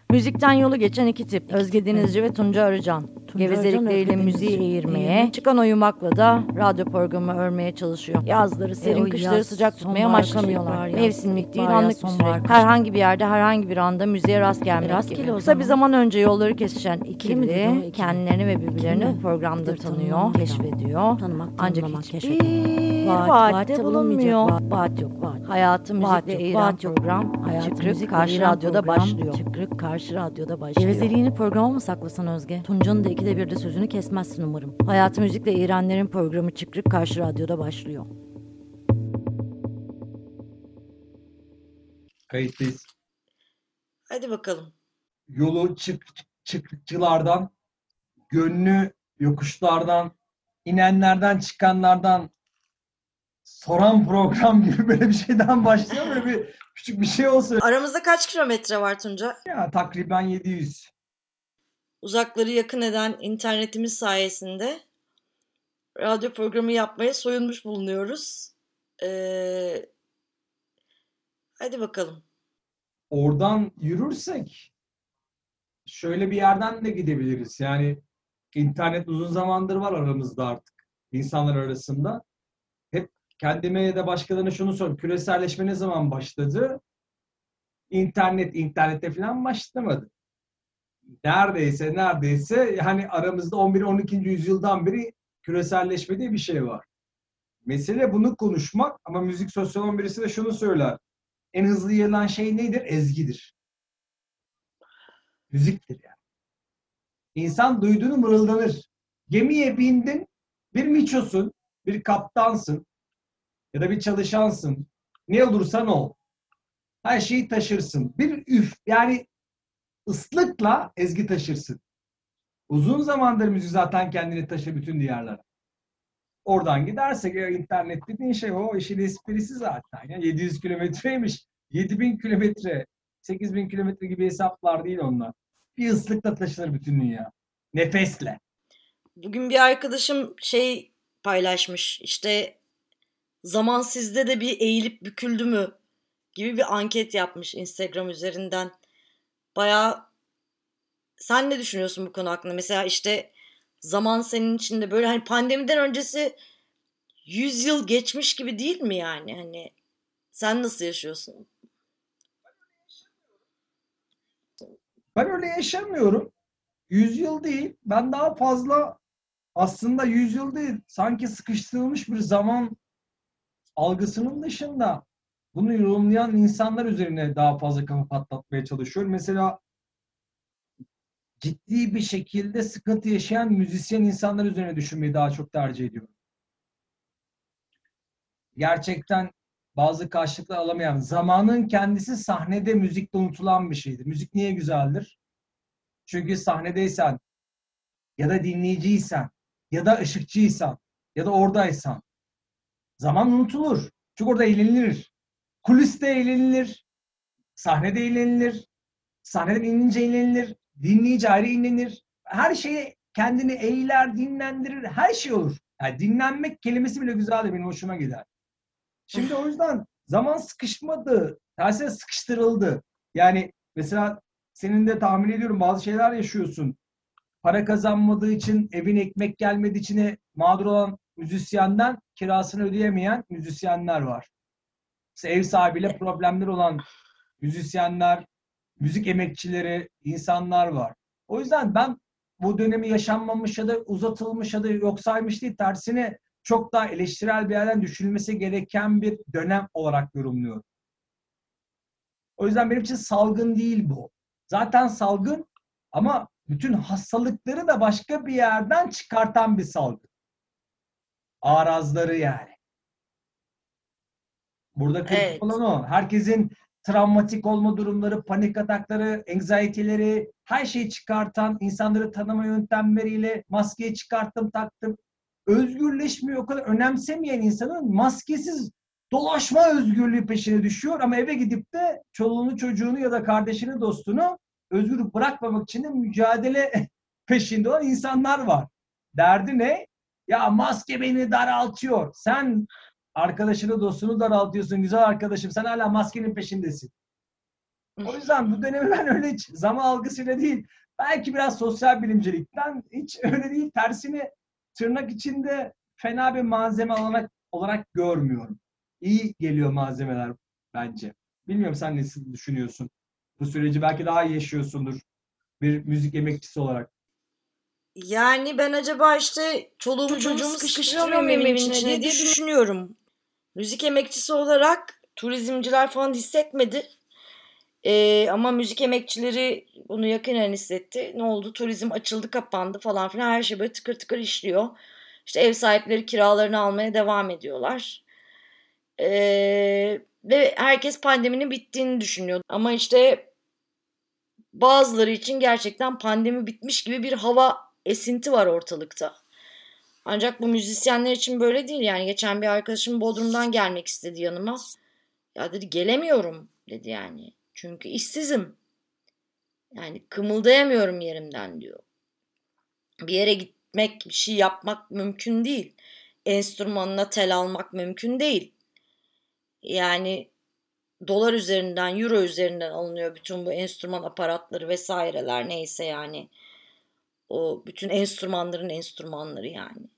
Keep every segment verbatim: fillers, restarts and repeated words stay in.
Müzikten yolu geçen iki tip. Özge Denizci ve Tunca Arıcan. Gevezelikleriyle müziği eğirmeye, çıkan oyumakla da radyo programı örmeye çalışıyor. Yazları serin, E, kışları yaz, sıcak tutmaya sonbahar, amaçlamıyorlar. kış, yaz, Mevsimlik değil, ilkbahar, anlık yaz, bir sonbahar, süreç. kış. Herhangi bir yerde, herhangi bir anda müziğe rast gelmek E, rastgele gibi. o Kısa bir zaman. zaman önce yolları kesişen İkili mi dedi o, ikili ikili? kendilerini ve birbirlerini İkili mi? programda Bir de tanıyor, tanımlamak keşfediyor. Tanımak, Ancak tanımlamak, hiçbir keşfetmek. Vaat, vaatte vaatte bulunmuyor. bulunmayacak. Vaat, vaat yok, vaat. Hayatı Vaat müzikle yok, eğiren vaat yok. program Hayatı Çıkrık müzikle Karşı eğiren Radyo'da program, başlıyor. Çıkrık Karşı Radyo'da başlıyor. Gevezeliğini programa mı saklasan Özge? Tunca'nın da ikide bir de sözünü kesmezsin umarım. Hayatı müzikle eğirenlerin programı Çıkrık Karşı Radyo'da başlıyor. Kayıttayız. Hadi bakalım. Yolu çık çıkıkçılardan, gönlü yokuşlardan, inenlerden, çıkanlardan soran program gibi böyle bir şeyden başlıyor. Böyle bir küçük bir şey olsun. Aramızda kaç kilometre var Tunca? Ya takriben yedi yüz. Uzakları yakın eden internetimiz sayesinde radyo programı yapmaya soyunmuş bulunuyoruz. Ee, hadi bakalım. Oradan yürürsek şöyle bir yerden de gidebiliriz. Yani internet uzun zamandır var aramızda artık. İnsanlar arasında. Hep kendime ya da başkalarına şunu sor. Küreselleşme ne zaman başladı? İnternet, internette falan başlamadı. Neredeyse, neredeyse yani aramızda on bir on ikinci yüzyıldan beri küreselleşme diye bir şey var. Mesele bunu konuşmak ama müzik sosyoloğun birisi de şunu söyler. En hızlı yayılan şey nedir? Ezgidir. Müziktir yani. İnsan duyduğunu mırıldanır. Gemiye bindin, bir miçosun, bir kaptansın ya da bir çalışansın. Ne olursan ol. Her şeyi taşırsın. Bir üf, yani ıslıkla ezgi taşırsın. Uzun zamandır müzik zaten kendini taşır bütün diyarlara. Oradan gidersek ya internet dediğin şey o işin esprisi zaten. Yani yedi yüz kilometreymiş. yedi bin kilometre, sekiz bin kilometre gibi hesaplar değil onlar. Bir ıslıkla taşınır bütün dünya. Nefesle. Bugün bir arkadaşım şey paylaşmış. İşte zaman sizde de bir eğilip büküldü mü gibi bir anket yapmış Instagram üzerinden. Bayağı sen ne düşünüyorsun bu konu hakkında? Mesela işte zaman senin için de böyle hani pandemiden öncesi yüz yıl geçmiş gibi değil mi yani? Hani sen nasıl yaşıyorsun? Ben öyle yaşamıyorum. yüz yıl değil. Ben daha fazla aslında yüz yıl değil. Sanki sıkıştırılmış bir zaman algısının dışında bunu yorumlayan insanlar üzerine daha fazla kafa patlatmaya çalışıyorum. Mesela ciddi bir şekilde sıkıntı yaşayan müzisyen insanlar üzerine düşünmeyi daha çok tercih ediyorum. Gerçekten bazı karşılıklar alamayan, zamanın kendisi sahnede müzikte unutulan bir şeydir. Müzik niye güzeldir? Çünkü sahnedeysen ya da dinleyiciysen ya da ışıkçıysan ya da oradaysan zaman unutulur. Çünkü orada eğlenilir. Kuliste eğlenilir, sahnede eğlenilir, sahneden inince eğlenilir, dinleyici ayrı eğlenir. Her şeye kendini eğler, dinlendirir, her şey olur. Yani dinlenmek kelimesi bile güzeldir, benim hoşuma gider. Şimdi o yüzden zaman sıkışmadı, tersine sıkıştırıldı. Yani mesela senin de tahmin ediyorum bazı şeyler yaşıyorsun. Para kazanmadığı için, evin ekmek gelmediği için mağdur olan müzisyenden kirasını ödeyemeyen müzisyenler var. Mesela ev sahibiyle problemler olan müzisyenler, müzik emekçileri, insanlar var. O yüzden ben bu dönemi yaşanmamış ya da uzatılmış ya da yok saymış değil, tersine çok daha eleştirel bir yerden düşünülmesi gereken bir dönem olarak yorumluyorum. O yüzden benim için salgın değil bu. Zaten salgın ama bütün hastalıkları da başka bir yerden çıkartan bir salgın. Arazları yani. Burada kritik Evet. olan o. Herkesin travmatik olma durumları, panik atakları, anxiety'leri, her şeyi çıkartan, insanları tanıma yöntemleriyle maskeyi çıkarttım, taktım. Özgürleşmiyor, o kadar önemsemeyen insanın maskesiz dolaşma özgürlüğü peşine düşüyor ama eve gidip de çoluğunu, çocuğunu ya da kardeşini, dostunu özgür bırakmamak için de mücadele peşinde olan insanlar var. Derdi ne? Ya maske beni daraltıyor. Sen arkadaşını, dostunu daraltıyorsun, güzel arkadaşım. Sen hala maskenin peşindesin. O yüzden bu dönemi ben öyle hiç zaman algısıyla değil, belki biraz sosyal bilimcilikten hiç öyle değil, tersine tırnak içinde fena bir malzeme olarak, olarak görmüyorum. İyi geliyor malzemeler bence. Bilmiyorum sen nasıl düşünüyorsun? Bu süreci belki daha iyi yaşıyorsundur bir müzik emekçisi olarak. Yani ben acaba işte çoluğumu çocuğumu sıkıştırıyor muyum evin içine diye düşünüyorum. Müzik emekçisi olarak turizmciler falan hissetmedi. Ee, ama müzik emekçileri bunu yakinen hissetti. Ne oldu? Turizm açıldı, kapandı falan filan. Her şey böyle tıkır tıkır işliyor. İşte ev sahipleri kiralarını almaya devam ediyorlar. Ee, ve herkes pandeminin bittiğini düşünüyor. Ama işte bazıları için gerçekten pandemi bitmiş gibi bir hava esinti var ortalıkta. Ancak bu müzisyenler için böyle değil. Yani geçen bir arkadaşım Bodrum'dan gelmek istedi yanıma. Ya dedi gelemiyorum dedi yani. Çünkü işsizim. Yani kımıldayamıyorum yerimden diyor. Bir yere gitmek, bir şey yapmak mümkün değil. Enstrümanına tel almak mümkün değil. Yani dolar üzerinden, euro üzerinden alınıyor bütün bu enstrüman aparatları vesaireler neyse yani. O bütün enstrümanların enstrümanları yani.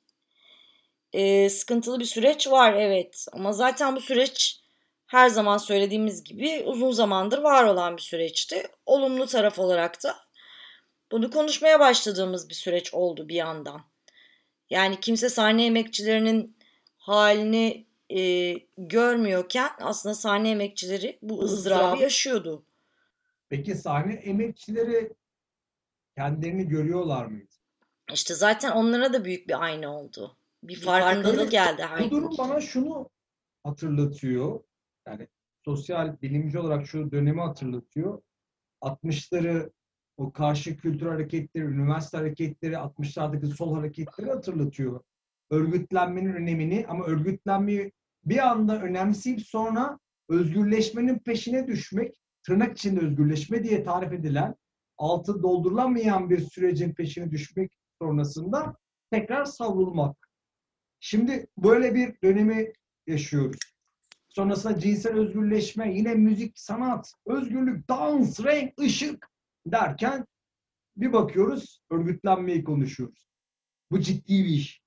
Ee, sıkıntılı bir süreç var evet. Ama zaten bu süreç her zaman söylediğimiz gibi uzun zamandır var olan bir süreçti. Olumlu taraf olarak da bunu konuşmaya başladığımız bir süreç oldu bir yandan. Yani kimse sahne emekçilerinin halini e, görmüyorken aslında sahne emekçileri bu ızdırabı yaşıyordu. Peki sahne emekçileri kendilerini görüyorlar mıydı? İşte zaten onlara da büyük bir ayna oldu. Bir farkındalık geldi her Bu durum gün. bana şunu hatırlatıyor. Yani sosyal bilimci olarak şu dönemi hatırlatıyor. altmışları o karşı kültür hareketleri, üniversite hareketleri, altmışlardaki sol hareketleri hatırlatıyor. Örgütlenmenin önemini ama örgütlenmeyi bir anda önemseyip sonra özgürleşmenin peşine düşmek, tırnak içinde özgürleşme diye tarif edilen, altı doldurulamayan bir sürecin peşine düşmek sonrasında tekrar savrulmak. Şimdi böyle bir dönemi yaşıyoruz. Sonrasında cinsel özgürleşme, yine müzik, sanat, özgürlük, dans, renk, ışık derken bir bakıyoruz örgütlenmeyi konuşuyoruz. Bu ciddi bir iş.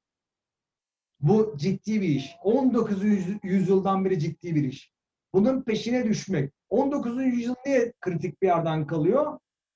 Bu ciddi bir iş. on dokuzuncu yüzyıldan beri ciddi bir iş. Bunun peşine düşmek. on dokuzuncu yüzyıl niye kritik bir yerden kalıyor?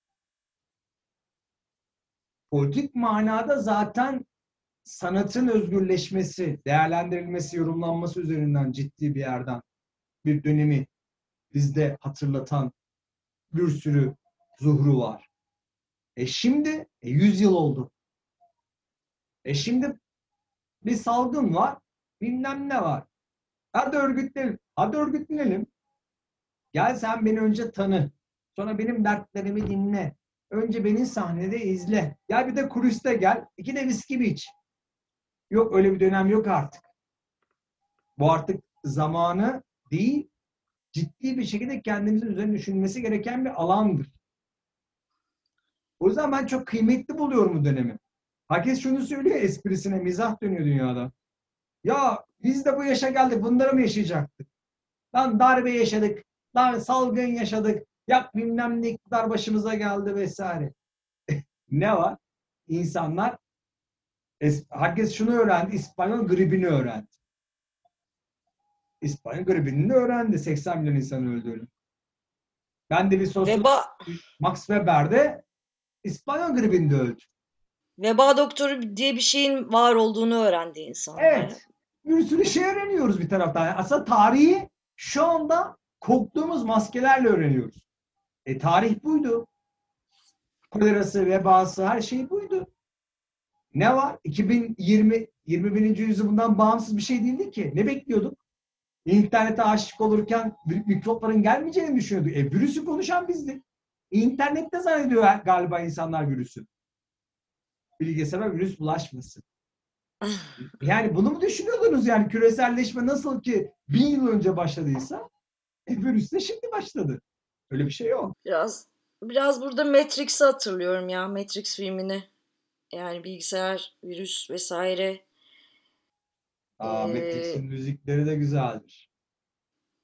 Politik manada zaten sanatın özgürleşmesi, değerlendirilmesi, yorumlanması üzerinden ciddi bir yerden bir dönemi bizde hatırlatan bir sürü zuhru var. E şimdi e yüz yıl oldu. E şimdi bir salgın var, bilmem ne var. Hadi örgütlenelim. Hadi örgütlenelim. Gel sen beni önce tanı. Sonra benim dertlerimi dinle. Önce beni sahnede izle. Gel bir de kuliste gel. İki de viski bir iç. Yok öyle bir dönem yok artık. Bu artık zamanı değil, ciddi bir şekilde kendimizin üzerine düşünmesi gereken bir alandır. O yüzden ben çok kıymetli buluyorum bu dönemi. Herkes şunu söylüyor esprisine, mizah dönüyor dünyada. Ya biz de bu yaşa geldik, bunları mı yaşayacaktık? Lan darbe yaşadık, lan salgın yaşadık, ya bilmem ne iktidar başımıza geldi vesaire. Ne var? İnsanlar, herkes şunu öğrendi, İspanyol gribini öğrendi. İspanyol gribini öğrendi, seksen milyon insan öldürdü. Ben de bir sosyolog, Veba, Max Weber de İspanyol gribinde öldü. veba doktoru diye bir şeyin var olduğunu öğrendi insanlar. Evet. Bir sürü şey öğreniyoruz bir taraftan. Aslında tarihi şu anda koktuğumuz maskelerle öğreniyoruz. E tarih buydu. Kolerası, vebası, her şey buydu. Ne var? iki bin yirmi, yirmi birinci yüzyıl bundan bağımsız bir şey değildi ki. Ne bekliyorduk? İnternete aşık olurken mikropların gelmeyeceğini düşünüyorduk. E virüsü konuşan bizdik. İnternette zannediyor galiba insanlar virüsü. Bilgisayara virüs bulaşmasın. Yani bunu mu düşünüyordunuz yani küreselleşme nasıl ki bin yıl önce başladıysa e, virüs de şimdi başladı. Öyle bir şey yok. Biraz biraz burada Matrix'i hatırlıyorum ya, Matrix filmini. Yani bilgisayar, virüs vesaire. Aa, Ee, Matrix'in müzikleri de güzeldir.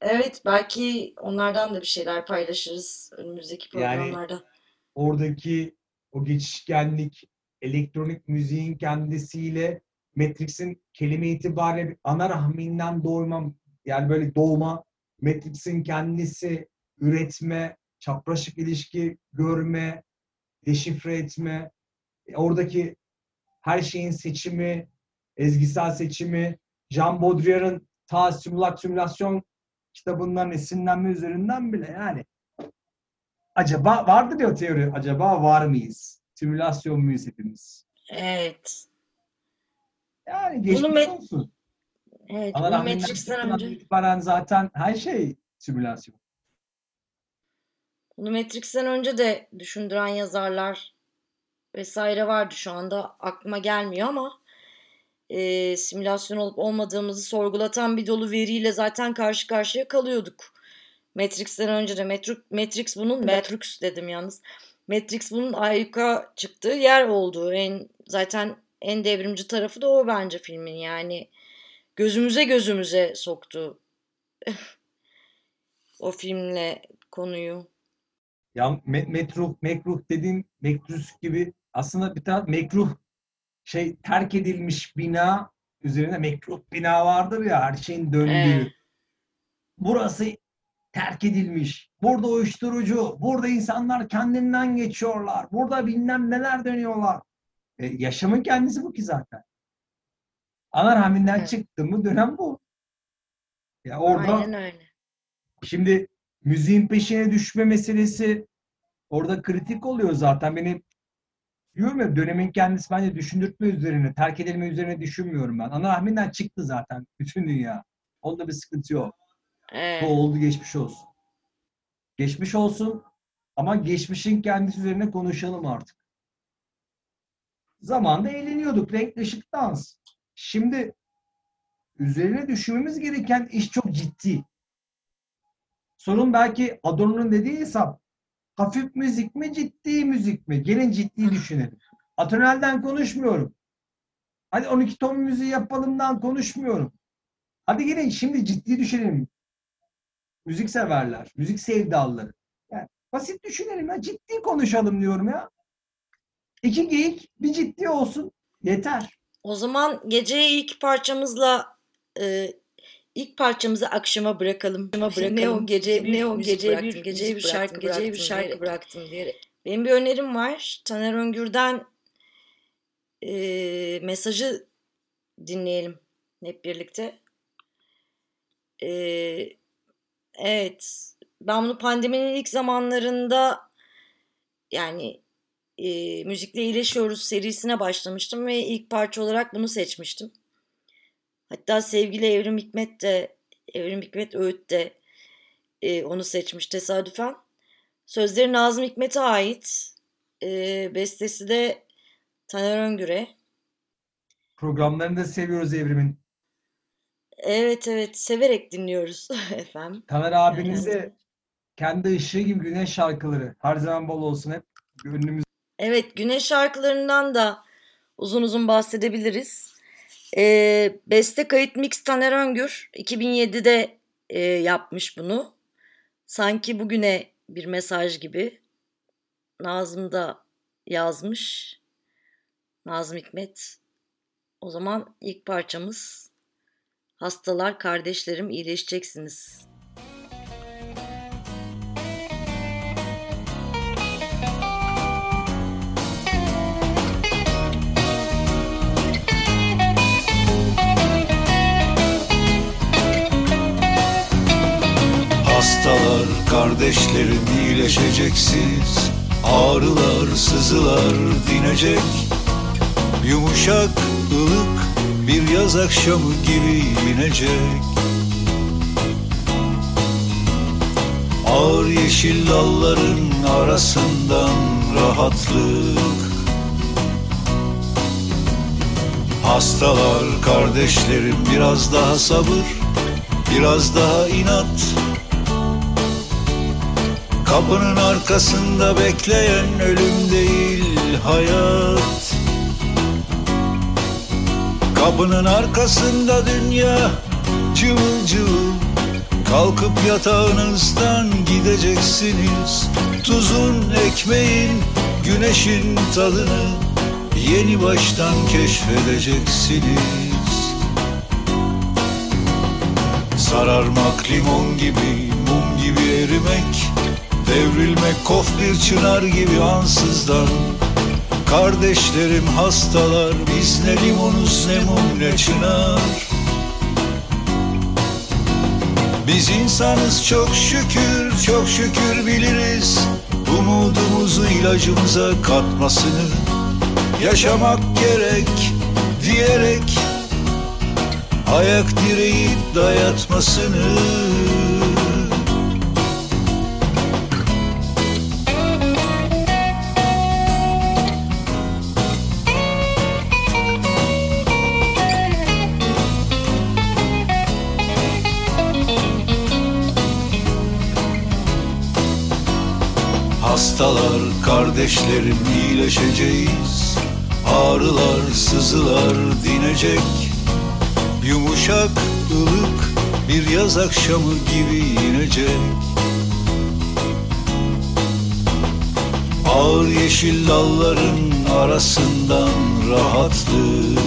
Evet, belki onlardan da bir şeyler paylaşırız önümüzdeki Yani programlarda. oradaki o geçişkenlik, elektronik müziğin kendisiyle Matrix'in kelime itibariyle ana rahminden doğmam, yani böyle doğma, Matrix'in kendisi üretme, çapraşık ilişki görme, deşifre etme, e, oradaki her şeyin seçimi, ezgisel seçimi, Jean Baudrillard'ın ta simülat simülasyon kitabından esinlenme üzerinden bile yani acaba vardır ya teori, acaba var mıyız? Simülasyon muyuz hepimiz? Evet. Yani Bunu geçmiş met olsun. evet, Ana bunu rahminden Matrix'ten çıktığından önce itibaren zaten her şey simülasyon. bunu Matrix'ten önce de düşündüren yazarlar vesaire vardı. Şu anda aklıma gelmiyor ama e, simülasyon olup olmadığımızı sorgulatan bir dolu veriyle zaten karşı karşıya kalıyorduk. Matrix'ten önce de Matrix, Matrix bunun Matrix dedim yalnız. Matrix bunun ayyuka çıktığı yer olduğu. En zaten en devrimci tarafı da o bence filmin. Yani gözümüze gözümüze soktu o filmle konuyu. Ya me- metruh, mekruh dediğin mekrus gibi aslında bir tane mekruh şey terk edilmiş bina üzerine mekruh bina vardır ya her şeyin Ee, döndüğü. Burası terk edilmiş. Burada uyuşturucu, burada insanlar kendinden geçiyorlar. Burada bilmem neler dönüyorlar. E, yaşamın kendisi bu ki zaten. Ana rahminden evet. çıktı mı dönem bu. Ya orada Aynen öyle. şimdi müziğin peşine düşme meselesi orada kritik oluyor zaten. Beni diyorum ya dönemin kendisi bence düşündürtme üzerine, terk edilme üzerine düşünmüyorum ben. Ana rahminden çıktı zaten bütün dünya. Onda bir sıkıntı yok. Bu Ee, oldu geçmiş olsun. Geçmiş olsun ama geçmişin kendisi üzerine konuşalım artık. Zamanında eğleniyorduk. Renkli ışık dans. Şimdi üzerine düşünmemiz gereken iş çok ciddi. Sorun belki Adorno'nun dediği hesap. Hafif müzik mi, ciddi müzik mi? Gelin ciddi düşünelim. Atonelden konuşmuyorum. Hadi on iki ton müziği yapalımdan konuşmuyorum. Hadi gelin şimdi ciddi düşünelim. Müzik severler, müzik sevdalıları. Yani basit düşünelim ya, ciddi konuşalım diyorum ya. İki geyik, bir ciddi olsun. Yeter. o zaman geceye ilk parçamızla e, ilk parçamızı akşama bırakalım. Akşama bırakalım. Ne o geceye bir Ne o müzik geceye bıraktım. bir Geceye bir müzik şarkı bıraktım, geceye bir bıraktım şarkı diyerek. bıraktım diyerek. Benim bir önerim var. Taner Öngür'den e, mesajı dinleyelim hep birlikte. E, evet. Ben bunu pandeminin ilk zamanlarında yani e, müzikle iyileşiyoruz serisine başlamıştım ve ilk parça olarak bunu seçmiştim. Hatta sevgili Evrim Hikmet de Evrim Hikmet Öğüt de e, onu seçmiş tesadüfen. Sözleri Nazım Hikmet'e ait. E, bestesi de Taner Öngür'e. Programlarını da seviyoruz Evrim'in. Evet evet severek dinliyoruz efendim. Taner abinin de kendi ışığı gibi güneş şarkıları. Her zaman bol olsun hep. Gönlümüz. Evet güneş şarkılarından da uzun uzun bahsedebiliriz. E, beste kayıt mix Taner Öngür iki bin yedide e, yapmış bunu. Sanki bugüne bir mesaj gibi. Nazım da yazmış. Nazım Hikmet. O zaman ilk parçamız Hastalar Kardeşlerim iyileşeceksiniz. Hastalar kardeşlerim iyileşeceksiniz. Ağrılar sızılar dinecek. Yumuşak ılık bir yaz akşamı gibi inecek. Ağır yeşil dalların arasından rahatlık. Hastalar kardeşlerim biraz daha sabır, biraz daha inat. Kapının arkasında bekleyen ölüm değil hayat. Kapının arkasında dünya cıvıl cıvıl Kalkıp yatağınızdan gideceksiniz. Tuzun, ekmeğin, güneşin tadını yeni baştan keşfedeceksiniz. Sararmak limon gibi, mum gibi erimek, devrilmek kof bir çınar gibi ansızdan. Kardeşlerim hastalar, biz ne limonuz ne mum ne çınar. Biz insanız çok şükür, çok şükür biliriz umudumuzu ilacımıza katmasını. Yaşamak gerek diyerek ayak direği dayatmasını. Hastalar, kardeşlerim iyileşeceğiz. Ağrılar, sızılar dinecek. Yumuşak, ılık bir yaz akşamı gibi inecek. Ağır yeşil dalların arasından rahatlık.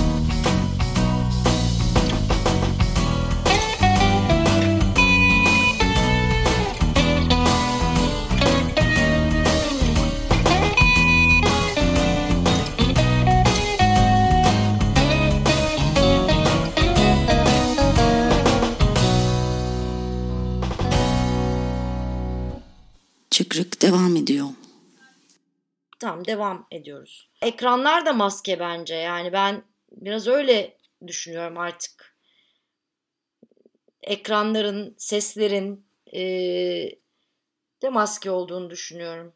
Çıkrık devam ediyor. Tamam, devam ediyoruz. Ekranlar da maske bence. Yani ben biraz öyle düşünüyorum artık. Ekranların, seslerin ee, de maske olduğunu düşünüyorum.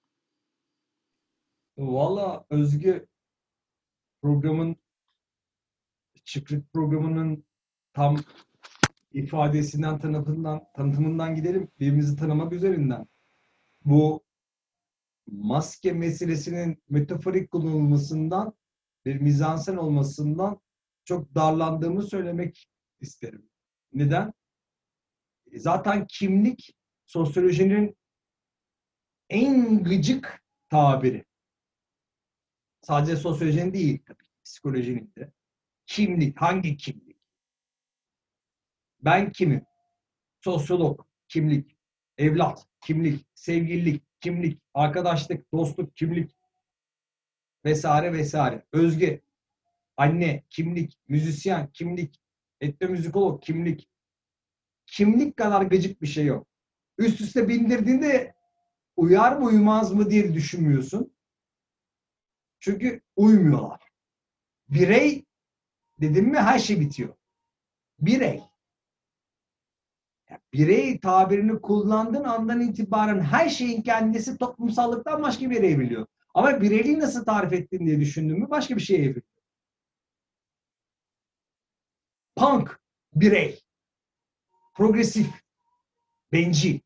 Valla Özge, programın, Çıkrık programının tam ifadesinden, tanıtımından, tanıtımından gidelim. Birbirimizi tanımak üzerinden. Bu maske meselesinin metaforik kullanılmasından, bir mizansen olmasından çok darlandığımı söylemek isterim. Neden? Zaten kimlik sosyolojinin en gıcık tabiri. Sadece sosyolojinin değil tabii, psikolojinin de. Kimlik, hangi kimlik? Ben kimim? Sosyolog, kimlik. Evlat, kimlik. Sevgililik, kimlik. Arkadaşlık, dostluk, kimlik. Vesaire vesaire. Özge, anne, kimlik. Müzisyen, kimlik. Etnomüzikolog, kimlik. Kimlik kadar gıcık bir şey yok. Üst üste bindirdiğinde uyar mı uymaz mı diye düşünmüyorsun. Çünkü uymuyorlar. Birey dedim mi her şey bitiyor. Birey. Yani birey tabirini kullandığın andan itibaren her şeyin kendisi toplumsallıktan başka bir yere evriliyor. Ama bireyliği nasıl tarif ettin diye düşündün mü başka bir şeye evriliyor. Punk, birey. Progresif, benci.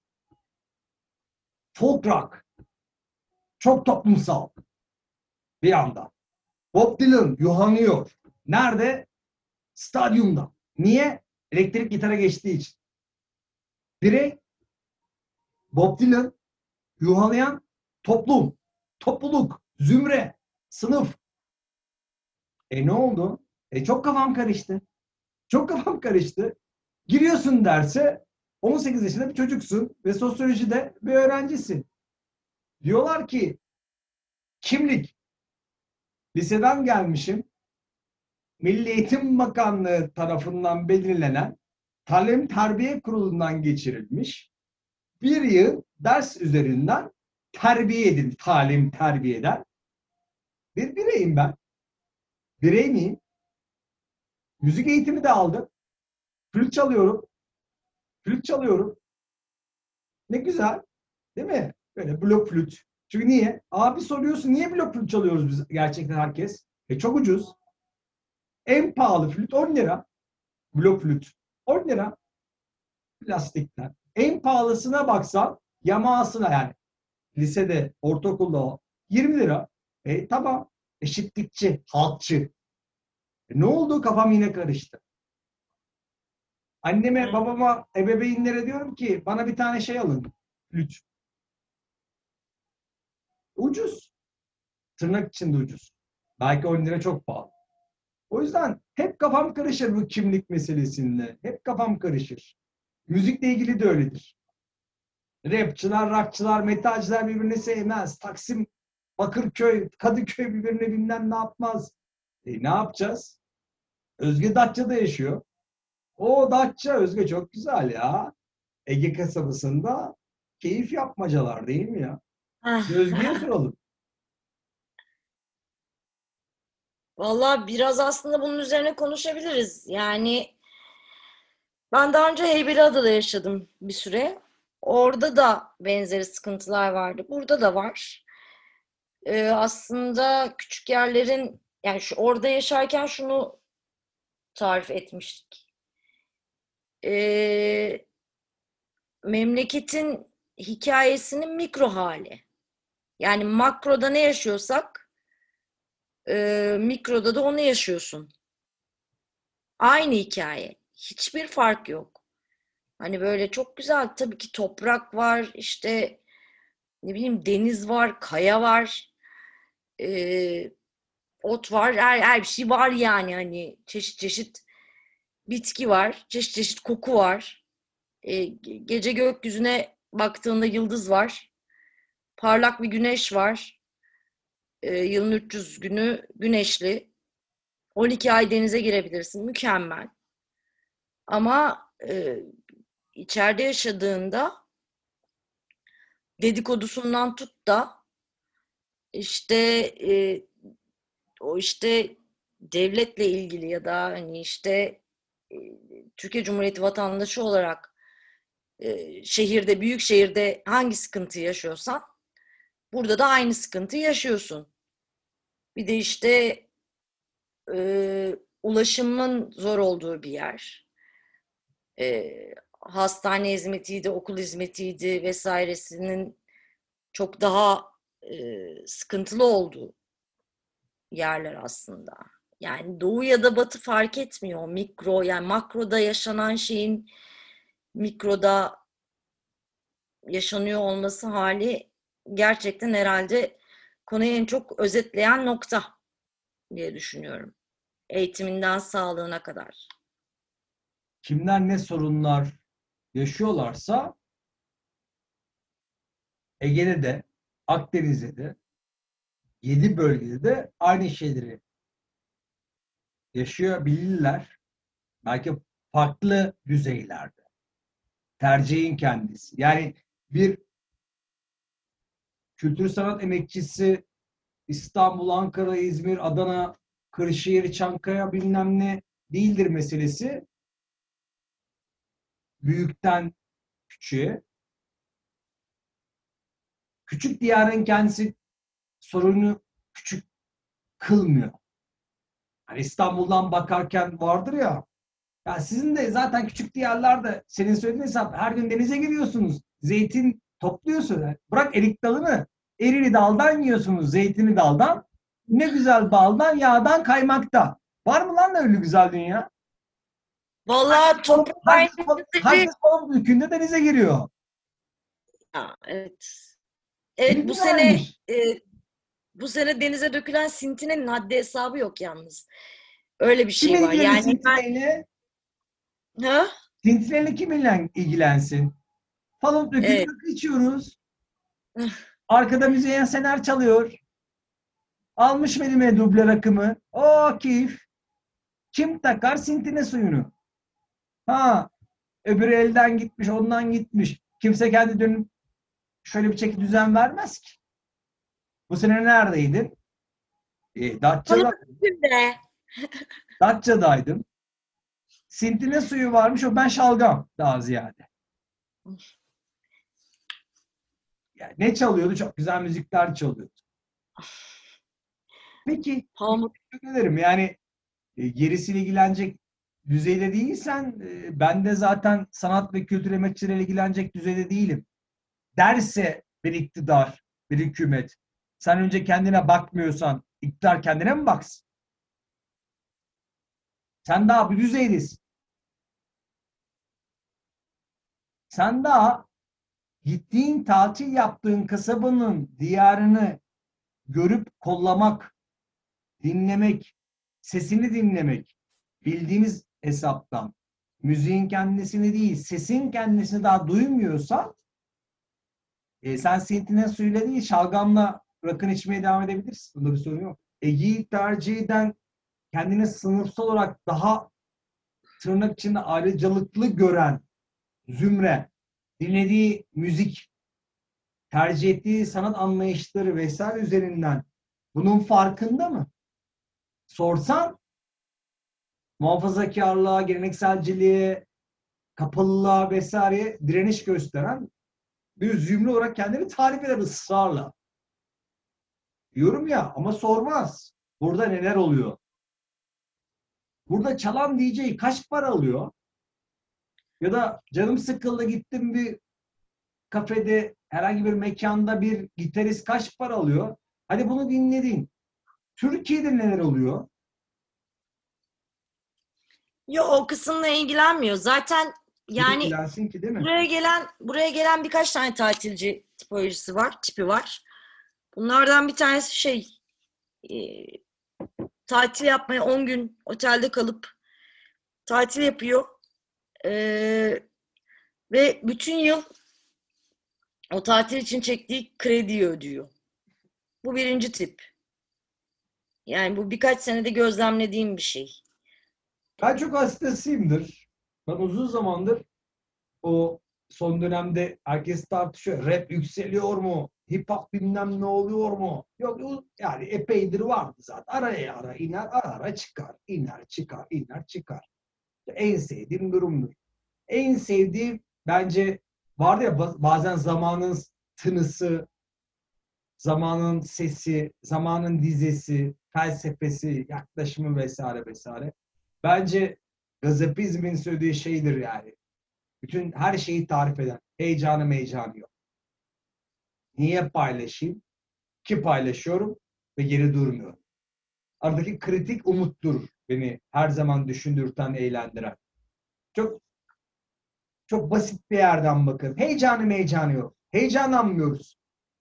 Folk rock, çok toplumsal bir anda. Bob Dylan yuhanıyor. Nerede? Stadyumda. Niye? Elektrik gitara geçtiği için. Birey, Bob Dylan, yuhalayan toplum, topluluk, zümre, sınıf. E ne oldu? E çok kafam karıştı. Çok kafam karıştı. Giriyorsun derse on sekiz yaşında bir çocuksun ve sosyolojide bir öğrencisin. Diyorlar ki kimlik. Liseden gelmişim. Milli Eğitim Bakanlığı tarafından belirlenen Talim Terbiye Kurulu'ndan geçirilmiş bir yıl ders üzerinden terbiye edildi. Talim terbiyeden. Bir bireyim ben. Birey miyim? Müzik eğitimi de aldım. Flüt çalıyorum. Flüt çalıyorum. Ne güzel. Değil mi? Böyle blok flüt. Çünkü niye? Abi soruyorsun niye blok flüt çalıyoruz biz gerçekten herkes? E çok ucuz. En pahalı flüt on lira. Blok flüt on lira. Plastikten. En pahalısına baksan Yamaha'sına yani lisede, ortaokulda o yirmi lira. E tamam. Eşitlikçi, halkçı. E, ne oldu? Kafam yine karıştı. Anneme, babama, ebeveynlere diyorum ki bana bir tane şey alın. Flüt. Ucuz. Tırnak içinde ucuz. Belki on lira çok pahalı. O yüzden hep kafam karışır bu kimlik meselesinde. Hep kafam karışır. Müzikle ilgili de öyledir. Rapçılar, rockçılar, metalciler birbirini sevmez. Taksim, Bakırköy, Kadıköy birbirini bilmem ne yapmaz. E, ne yapacağız? Özge Datça'da yaşıyor. O Datça, Özge çok güzel ya. Ege kasabasında keyif yapmacalar değil mi ya? Özge'ye soralım. Vallahi biraz aslında bunun üzerine konuşabiliriz. Yani ben daha önce Heybeliada'da yaşadım bir süre. Orada da benzeri sıkıntılar vardı. Burada da var. Ee, aslında küçük yerlerin, yani şu orada yaşarken şunu tarif etmiştik. Ee, memleketin hikayesinin mikro hali. Yani makroda ne yaşıyorsak e, mikroda da onu yaşıyorsun. Aynı hikaye. Hiçbir fark yok. Hani böyle çok güzel, tabii ki toprak var, işte ne bileyim deniz var, kaya var, e, ot var, her, her bir şey var yani, hani çeşit çeşit bitki var, çeşit çeşit koku var. E, gece gökyüzüne baktığında yıldız var, parlak bir güneş var. E, yılın üç yüz günü güneşli. on iki ay denize girebilirsin, mükemmel. Ama e, içeride yaşadığında dedikodusundan tut da işte e, o işte devletle ilgili ya da hani işte e, Türkiye Cumhuriyeti vatandaşı olarak e, şehirde, büyük şehirde hangi sıkıntı yaşıyorsan burada da aynı sıkıntıyı yaşıyorsun. Bir de işte e, ulaşımın zor olduğu bir yer. E, hastane hizmetiydi, okul hizmetiydi vesairesinin çok daha e, sıkıntılı olduğu yerler aslında. Yani doğu ya da batı fark etmiyor. Mikro, yani makroda yaşanan şeyin mikroda yaşanıyor olması hali gerçekten herhalde konuyu en çok özetleyen nokta diye düşünüyorum. Eğitiminden sağlığına kadar. Kimler ne sorunlar yaşıyorlarsa Ege'de de, Akdeniz'de de, yedi bölgede de aynı şeyleri yaşayabilirler. Belki farklı düzeylerde. Tercihin kendisi. Yani bir kültür sanat emekçisi İstanbul, Ankara, İzmir, Adana, Kırşehir, Çankaya bilmem ne değildir meselesi. Büyükten küçüğe. Küçük diyarın kendisi sorunu küçük kılmıyor. Hani İstanbul'dan bakarken vardır ya, ya sizin de zaten küçük diyarlarda senin söylediğin hesap her gün denize giriyorsunuz. Zeytin topluyorsunuz. Bırak erik dalını, eriri daldan yiyorsunuz, zeytini daldan. Ne güzel baldan, yağdan, kaymakta. Var mı lan öyle güzel dünya? Vallahi toprak Herkes, ayrımcılığı. herkes balık mülkünde denize giriyor. Ha, evet. Ne Evet, bu sene güzelmiş. e, bu sene denize dökülen sintinenin haddi hesabı yok yalnız. Öyle bir Kim şey var. ilgilenir Yani ben, sintineyle? ha? Sintineyle kim ilgilen- ilgilensin? Falan döküp Evet. rakı içiyoruz. Arkada Müzeyyen Senar çalıyor. Almış elime duble rakımı. O keyif. Kim takar sintine suyunu? Ha, öbürü elden gitmiş, ondan gitmiş. Kimse kendi dönüp şöyle bir çeki düzen vermez ki. Bu sene neredeydin? E, Datça'da, Şimdi Datça'daydım. Sintine suyu varmış, o ben şalgam daha ziyade. Yani ne çalıyordu? Çok güzel müzikler çalıyordu. Peki, Pamuk. teşekkür ederim. Yani e, gerisiyle ilgilenecek düzeyde değilsen e, ben de zaten sanat ve kültür emekçileriyle ilgilenecek düzeyde değilim. Derse bir iktidar, bir hükümet, sen önce kendine bakmıyorsan iktidar kendine mi baksın? Sen daha bir düzeydesin. Sen daha gittiğin, tatil yaptığın kasabanın diyarını görüp kollamak, dinlemek, sesini dinlemek, bildiğimiz hesaptan, müziğin kendisini değil, sesin kendisini daha duymuyorsan, e, sen sintine suyla değil, şalgamla rakın içmeye devam edebilirsin. Bunda bir sorun yok. Ege'yi tercih eden, kendini sınıfsal olarak daha tırnak içinde ayrıcalıklı gören zümre, dinlediği müzik, tercih ettiği sanat anlayışları vesaire üzerinden bunun farkında mı? Sorsan, muhafazakarlığa, gelenekselciliğe, kapalılığa vesaireye direniş gösteren bir zümre olarak kendini tarif eder ısrarla. Diyorum ya, ama sormaz. Burada neler oluyor? Burada çalan D J kaç para alıyor? Ya da canım sıkıldı, gittim bir kafede, herhangi bir mekanda bir gitarist kaç para alıyor? Hadi bunu dinledin. Türkiye'de neler oluyor? Yok, o kısımla ilgilenmiyor. Zaten yani İlgilensin ki, değil mi? buraya gelen buraya gelen birkaç tane tatilci tipolojisi var, tipi var. Bunlardan bir tanesi şey e, tatil yapmaya on gün otelde kalıp tatil yapıyor. E, ve bütün yıl o tatil için çektiği krediyi ödüyor. Bu birinci tip. Yani bu birkaç senede gözlemlediğim bir şey. Ben çok hastasıyımdır. Ben uzun zamandır o son dönemde herkes tartışıyor. Rap yükseliyor mu? Hip hop bilmem ne oluyor mu? Yok, yani epeydir vardı zaten. Araya ara iner, ara ara çıkar. İner çıkar, iner çıkar. En sevdiğim durumdur. En sevdiğim bence vardı ya, bazen zamanın tınısı, zamanın sesi, zamanın dizesi, felsefesi, yaklaşımı vesaire vesaire. Bence Gazapizm'in söylediği şeydir yani. Bütün her şeyi tarif eden. Heyecanı meyecanı yok. Niye paylaşayım? Ki paylaşıyorum ve geri durmuyorum. Aradaki kritik umuttur beni her zaman düşündürten, eğlendiren. Çok çok basit bir yerden bakın. Heyecanı meyecanı yok. Heyecanlanmıyoruz.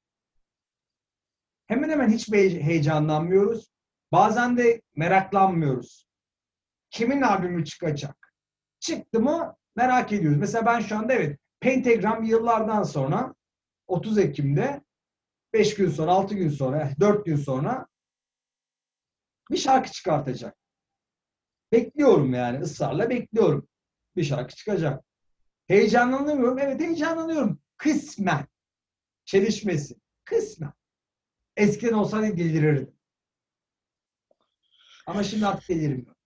Hemen hemen hiç heyecanlanmıyoruz. Bazen de meraklanmıyoruz. Kimin albümü çıkacak? Çıktı mı merak ediyoruz. Mesela ben şu anda evet, Pentagram yıllardan sonra otuz Ekim'de beş gün sonra, altı gün sonra, dört gün sonra bir şarkı çıkartacak. Bekliyorum yani, ısrarla bekliyorum. Bir şarkı çıkacak. Heyecanlanıyorum. Evet, heyecanlanıyorum. Kısmen. Çelişmesi. Kısmen. Eskiden olsaydı delirirdim. Ama şimdi artık delirmiyorum.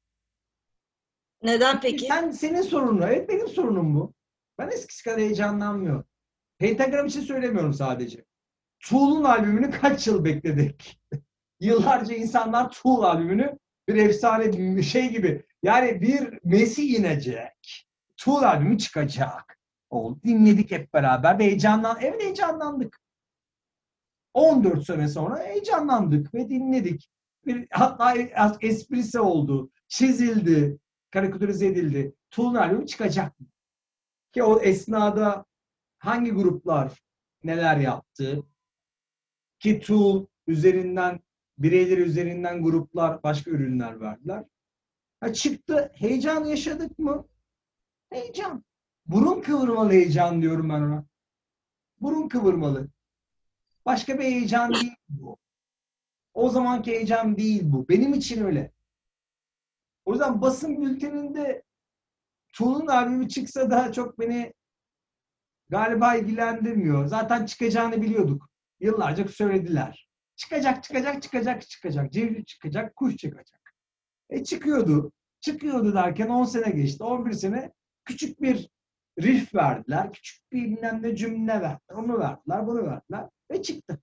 Neden peki? Sen, senin sorunun. Evet, benim sorunum bu. Ben eskisi kadar heyecanlanmıyorum. Pentagram için söylemiyorum sadece. Tool'un albümünü kaç yıl bekledik? Yıllarca insanlar Tool albümünü bir efsane bir şey gibi. Yani bir Messi inecek. Tool albümü çıkacak. Oldu. Dinledik hep beraber ve heyecanlan evet heyecanlandık. on dört sene sonra heyecanlandık ve dinledik. Bir, hatta esprisi oldu. Çizildi. Karikatürize edildi. Tool'un albümü çıkacak. Ki o esnada hangi gruplar neler yaptı? Ki Tool üzerinden, bireyler üzerinden gruplar başka ürünler verdiler. Ha, çıktı. Heyecan yaşadık mı? Heyecan. Burun kıvırmalı heyecan diyorum ben ona. Burun kıvırmalı. Başka bir heyecan değil bu. O zamanki heyecan değil bu. Benim için öyle. O yüzden basın bülteninde Tool'un albümü çıksa da çok beni galiba ilgilendirmiyor. Zaten çıkacağını biliyorduk. Yıllarca söylediler. Çıkacak, çıkacak, çıkacak, çıkacak. Civciv çıkacak, kuş çıkacak. E çıkıyordu. Çıkıyordu derken on sene geçti. on bir sene küçük bir riff verdiler. Küçük bir bilmem ne cümle verdiler. Onu verdiler, bunu verdiler. Ve çıktı.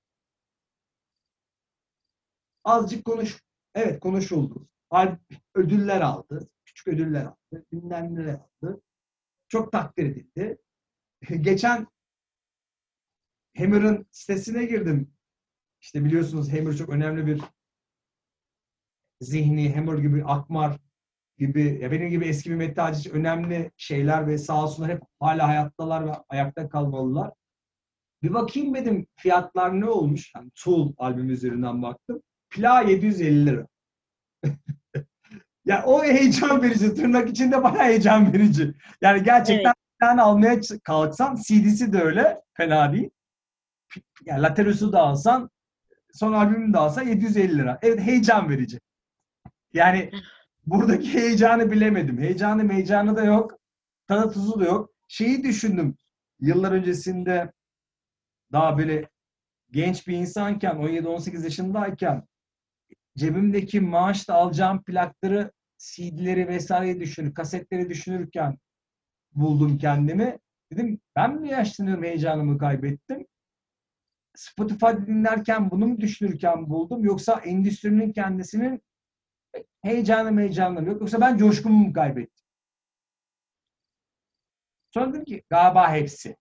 Azıcık konuş. Evet, konuşuldu. Ödüller aldı. Küçük ödüller aldı. Bilmem neler aldı. Çok takdir edildi. Geçen Hammer'ın sitesine girdim. İşte biliyorsunuz Hammer çok önemli bir zihni, Hammer gibi akmar gibi, ya benim gibi eski bir metalci önemli şeyler ve sağ olsunlar hep hala hayattalar ve ayakta kalmalılar. Bir bakayım dedim fiyatlar ne olmuş? Yani Tool albüm üzerinden baktım. Plağı yedi yüz elli lira. Ya o heyecan verici, tırnak içinde bayağı heyecan verici. Yani gerçekten Evet. bir tane almaya kalksan C D'si de öyle, fena değil. Yani Lateros'u da alsan, son albümünü de alsan yedi yüz elli lira. Evet, heyecan verici. Yani buradaki heyecanı bilemedim. Heyecanı heyecanı da yok. Tadı tuzu da yok. Şeyi düşündüm. Yıllar öncesinde daha böyle genç bir insanken, on yedi on sekiz yaşındayken cebimdeki maaşla alacağım plakları, C D'leri vesaireyi düşünür, kasetleri düşünürken buldum kendimi. Dedim ben mi yaşlanıyorum, heyecanımı kaybettim? Spotify dinlerken bunu mu düşünürken buldum? Yoksa endüstrinin kendisinin heyecanı heyecanı yok. Yoksa ben coşkumu mu kaybettim? Sonra dedim ki galiba hepsi.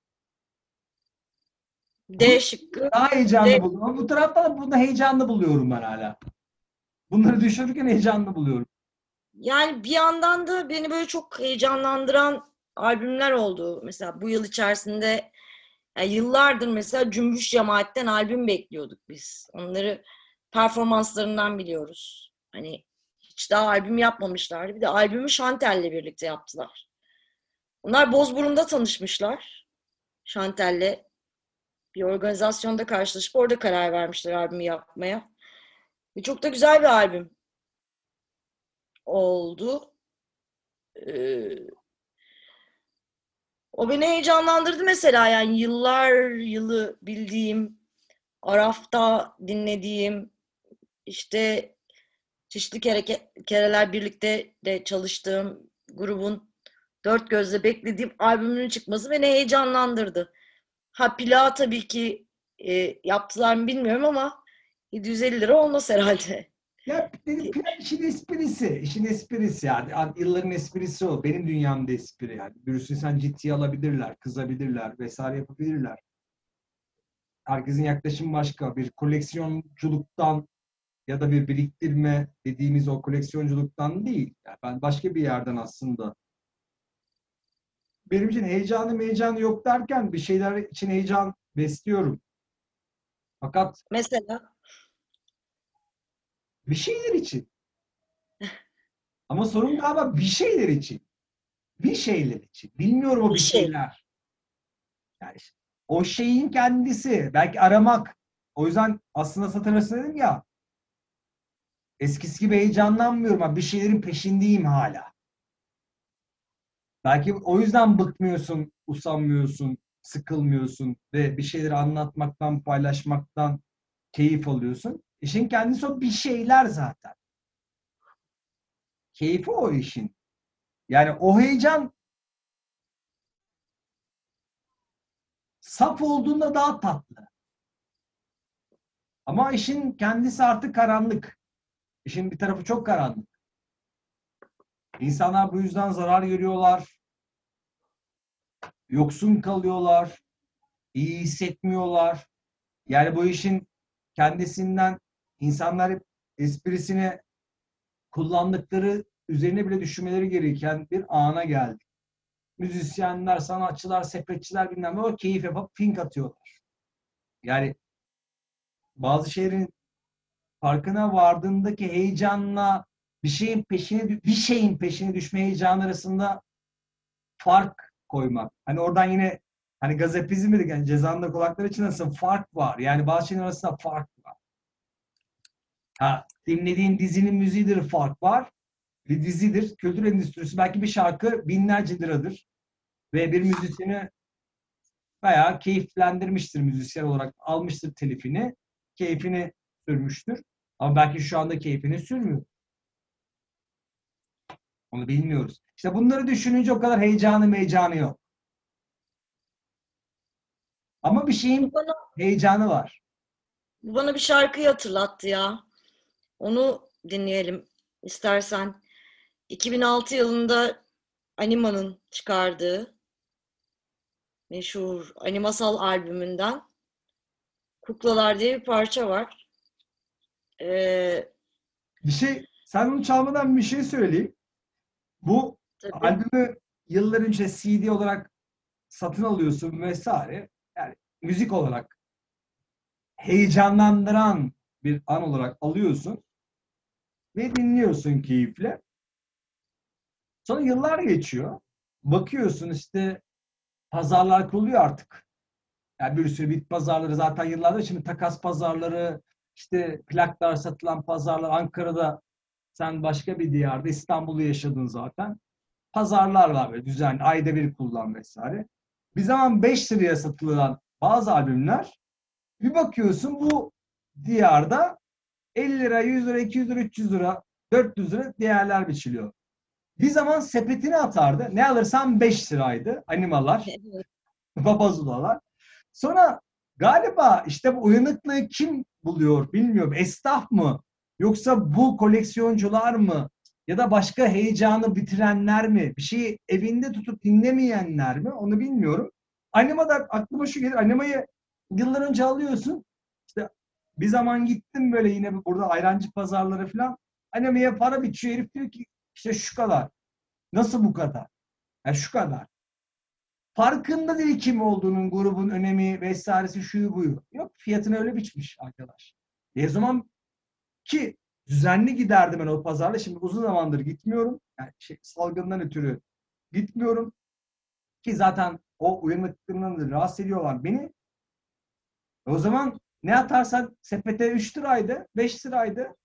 D şıkkı. Daha heyecanlı D- buldum. Ama bu taraftan da bunu heyecanlı buluyorum ben hala. Bunları düşünürken heyecanlı buluyorum. Yani bir yandan da beni böyle çok heyecanlandıran albümler oldu. Mesela bu yıl içerisinde yani yıllardır mesela Cümbüş Cemaat'ten albüm bekliyorduk biz. Onları performanslarından biliyoruz. Hani hiç daha albüm yapmamışlardı. Bir de albümü Şantel'le birlikte yaptılar. Onlar Bozburun'da tanışmışlar. Şantel'le bir organizasyonda karşılaşıp orada karar vermişler albümü yapmaya. Ve çok da güzel bir albüm oldu. Ee, o beni heyecanlandırdı mesela, yani yıllar yılı bildiğim, Araf'ta dinlediğim, işte çeşitli kere, kereler birlikte de çalıştığım grubun dört gözle beklediğim albümünün çıkması beni heyecanlandırdı. Ha, plağı tabii ki e, yaptılar mı bilmiyorum ama yedi yüz elli lira olmaz herhalde. Ya dedim plan işin esprisi. İşin esprisi yani. Yılların esprisi o. Benim dünyamda espri yani. Bir sürü insan ciddiye alabilirler, kızabilirler vesaire yapabilirler. Herkesin yaklaşımı başka. Bir koleksiyonculuktan ya da bir biriktirme dediğimiz o koleksiyonculuktan değil. Yani ben başka bir yerden aslında. Benim için heyecanı heyecanı yok derken bir şeyler için heyecan besliyorum. Fakat Mesela bir şeyler için. Ama sorun galiba bir şeyler için. Bir şeyler için. Bilmiyorum o bir bir şey. şeyler. Yani işte o şeyin kendisi. Belki aramak. O yüzden aslında satır dedim ya, eskisi gibi heyecanlanmıyorum ama bir şeylerin peşindeyim hala. Belki o yüzden bıkmıyorsun, usanmıyorsun, sıkılmıyorsun ve bir şeyleri anlatmaktan, paylaşmaktan keyif alıyorsun. İşin kendisi o bir şeyler zaten. Keyfi o işin. Yani o heyecan saf olduğunda daha tatlı. Ama işin kendisi artık karanlık. İşin bir tarafı çok karanlık. İnsanlar bu yüzden zarar görüyorlar. Yoksun kalıyorlar. İyi hissetmiyorlar. Yani bu işin kendisinden insanlar esprisini kullandıkları üzerine bile düşünmeleri gereken bir ana geldi. Müzisyenler, sanatçılar, sepetçiler bilmem ne o keyif yapıp fink atıyorlar. Yani bazı şeylerin farkına vardığındaki heyecanla bir şeyin peşine bir şeyin peşine düşme heyecanı arasında fark koymak. Hani oradan yine hani gazapizm dedik, yani Ceza'nın da kulakları için nasıl fark var. Yani bazı şeylerin arasında fark var. Ha, dinlediğin dizinin müziğidir, fark var. Bir dizidir, kültür endüstrisi belki bir şarkı binlerce liradır. Ve bir müzisyeni bayağı keyiflendirmiştir, müzisyen olarak almıştır telifini, keyfini sürmüştür. Ama belki şu anda keyfini sürmüyor. Onu bilmiyoruz. İşte bunları düşününce o kadar heyecanı heyecanı yok. Ama bir şeyin Bu bana, heyecanı var. bu bana bir şarkıyı hatırlattı ya. Onu dinleyelim istersen. iki bin altı yılında Anima'nın çıkardığı meşhur animasal albümünden Kuklalar diye bir parça var. Ee, Bir şey, sen onu çalmadan bir şey söyleyeyim. Bu Tabii. albümü yıllar önce C D olarak satın alıyorsun vesaire. Yani müzik olarak heyecanlandıran bir an olarak alıyorsun ve dinliyorsun keyifle. Sonra yıllar geçiyor. Bakıyorsun işte pazarlar kuruluyor artık. Yani bir sürü bit pazarları zaten yıllardır, şimdi takas pazarları, işte plaklar satılan pazarlar. Ankara'da sen başka bir diyarda, İstanbul'da yaşadın zaten. Pazarlar var böyle düzenli, ayda bir kullan vesaire. Bir zaman beş liraya satılan bazı albümler, bir bakıyorsun bu diyarda elli lira, yüz lira, iki yüz lira, üç yüz lira, dört yüz lira değerler biçiliyor. Bir zaman sepetine atardı. Ne alırsan beş liraydı. Animalar, babazulalar. Sonra galiba işte bu uyanıklığı kim buluyor bilmiyorum. Esnaf mı? Yoksa bu koleksiyoncular mı? Ya da başka heyecanı bitirenler mi? Bir şeyi evinde tutup dinlemeyenler mi? Onu bilmiyorum. Animada aklıma şu gelir. Animayı yıllar önce alıyorsun. İşte bir zaman gittim böyle yine burada ayrancı pazarları falan. Animaya para biçiyor. Herif diyor ki işte şu kadar. Nasıl bu kadar? Yani şu kadar. Farkında değil kim olduğunun, grubun önemi vesairesi, şuyu buyu. Yok, fiyatını öyle biçmiş arkadaş. E o zaman ki düzenli giderdim ben o pazarla. Şimdi uzun zamandır gitmiyorum. Yani şey, salgından ötürü gitmiyorum. Ki zaten o uyanıklığından da rahatsız ediyorlar beni. E o zaman ne atarsan sepete üç liraydı, beş liraydı.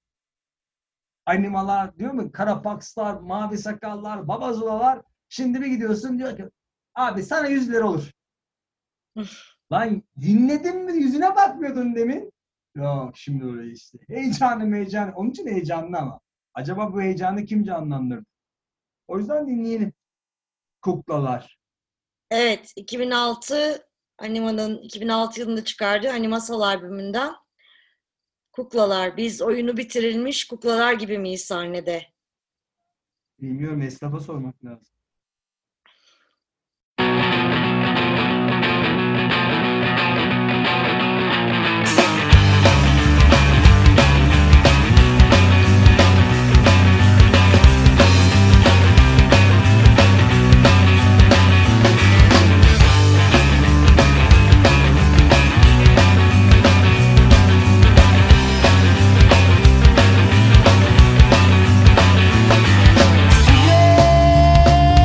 Animalar diyor mu? Karapakslar, mavi sakallar, babazulalar. Şimdi bir gidiyorsun diyor ki abi sana yüz lira olur. Lan dinledin mi? Yüzüne bakmıyordun demin. Yok şimdi öyle işte. Heyecanı heyecanı. Onun için heyecanlı ama. Acaba bu heyecanı kim canlandırdı? O yüzden dinleyelim. Kuklalar. Evet, iki bin altı Anima'nın iki bin altı yılında çıkardığı Animasal albümünden Kuklalar. Biz oyunu bitirilmiş kuklalar gibi miyiz sahnede? Bilmiyorum, esnafa sormak lazım. Yeah.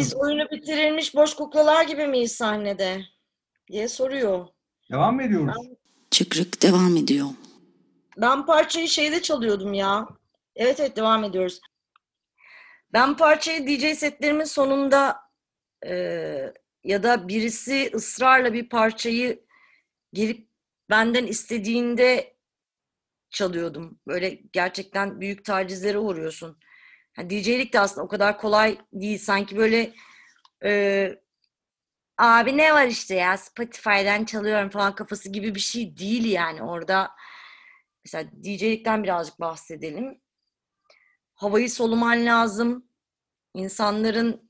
biz oyunu bitirilmiş boş kuklalar gibi miyiz sahnede diye soruyor. Devam mı ediyoruz? Ben, Çıkrık devam ediyor. ben parçayı şeyde çalıyordum ya. Evet evet devam ediyoruz. Ben parçayı D J setlerimin sonunda e, ya da birisi ısrarla bir parçayı gelip benden istediğinde çalıyordum. Böyle gerçekten büyük tacizlere uğruyorsun. Yani D J'lik de aslında o kadar kolay değil. Sanki böyle e, abi ne var işte ya Spotify'dan çalıyorum falan kafası gibi bir şey değil yani. Orada mesela D J'likten birazcık bahsedelim. Havayı soluman lazım. İnsanların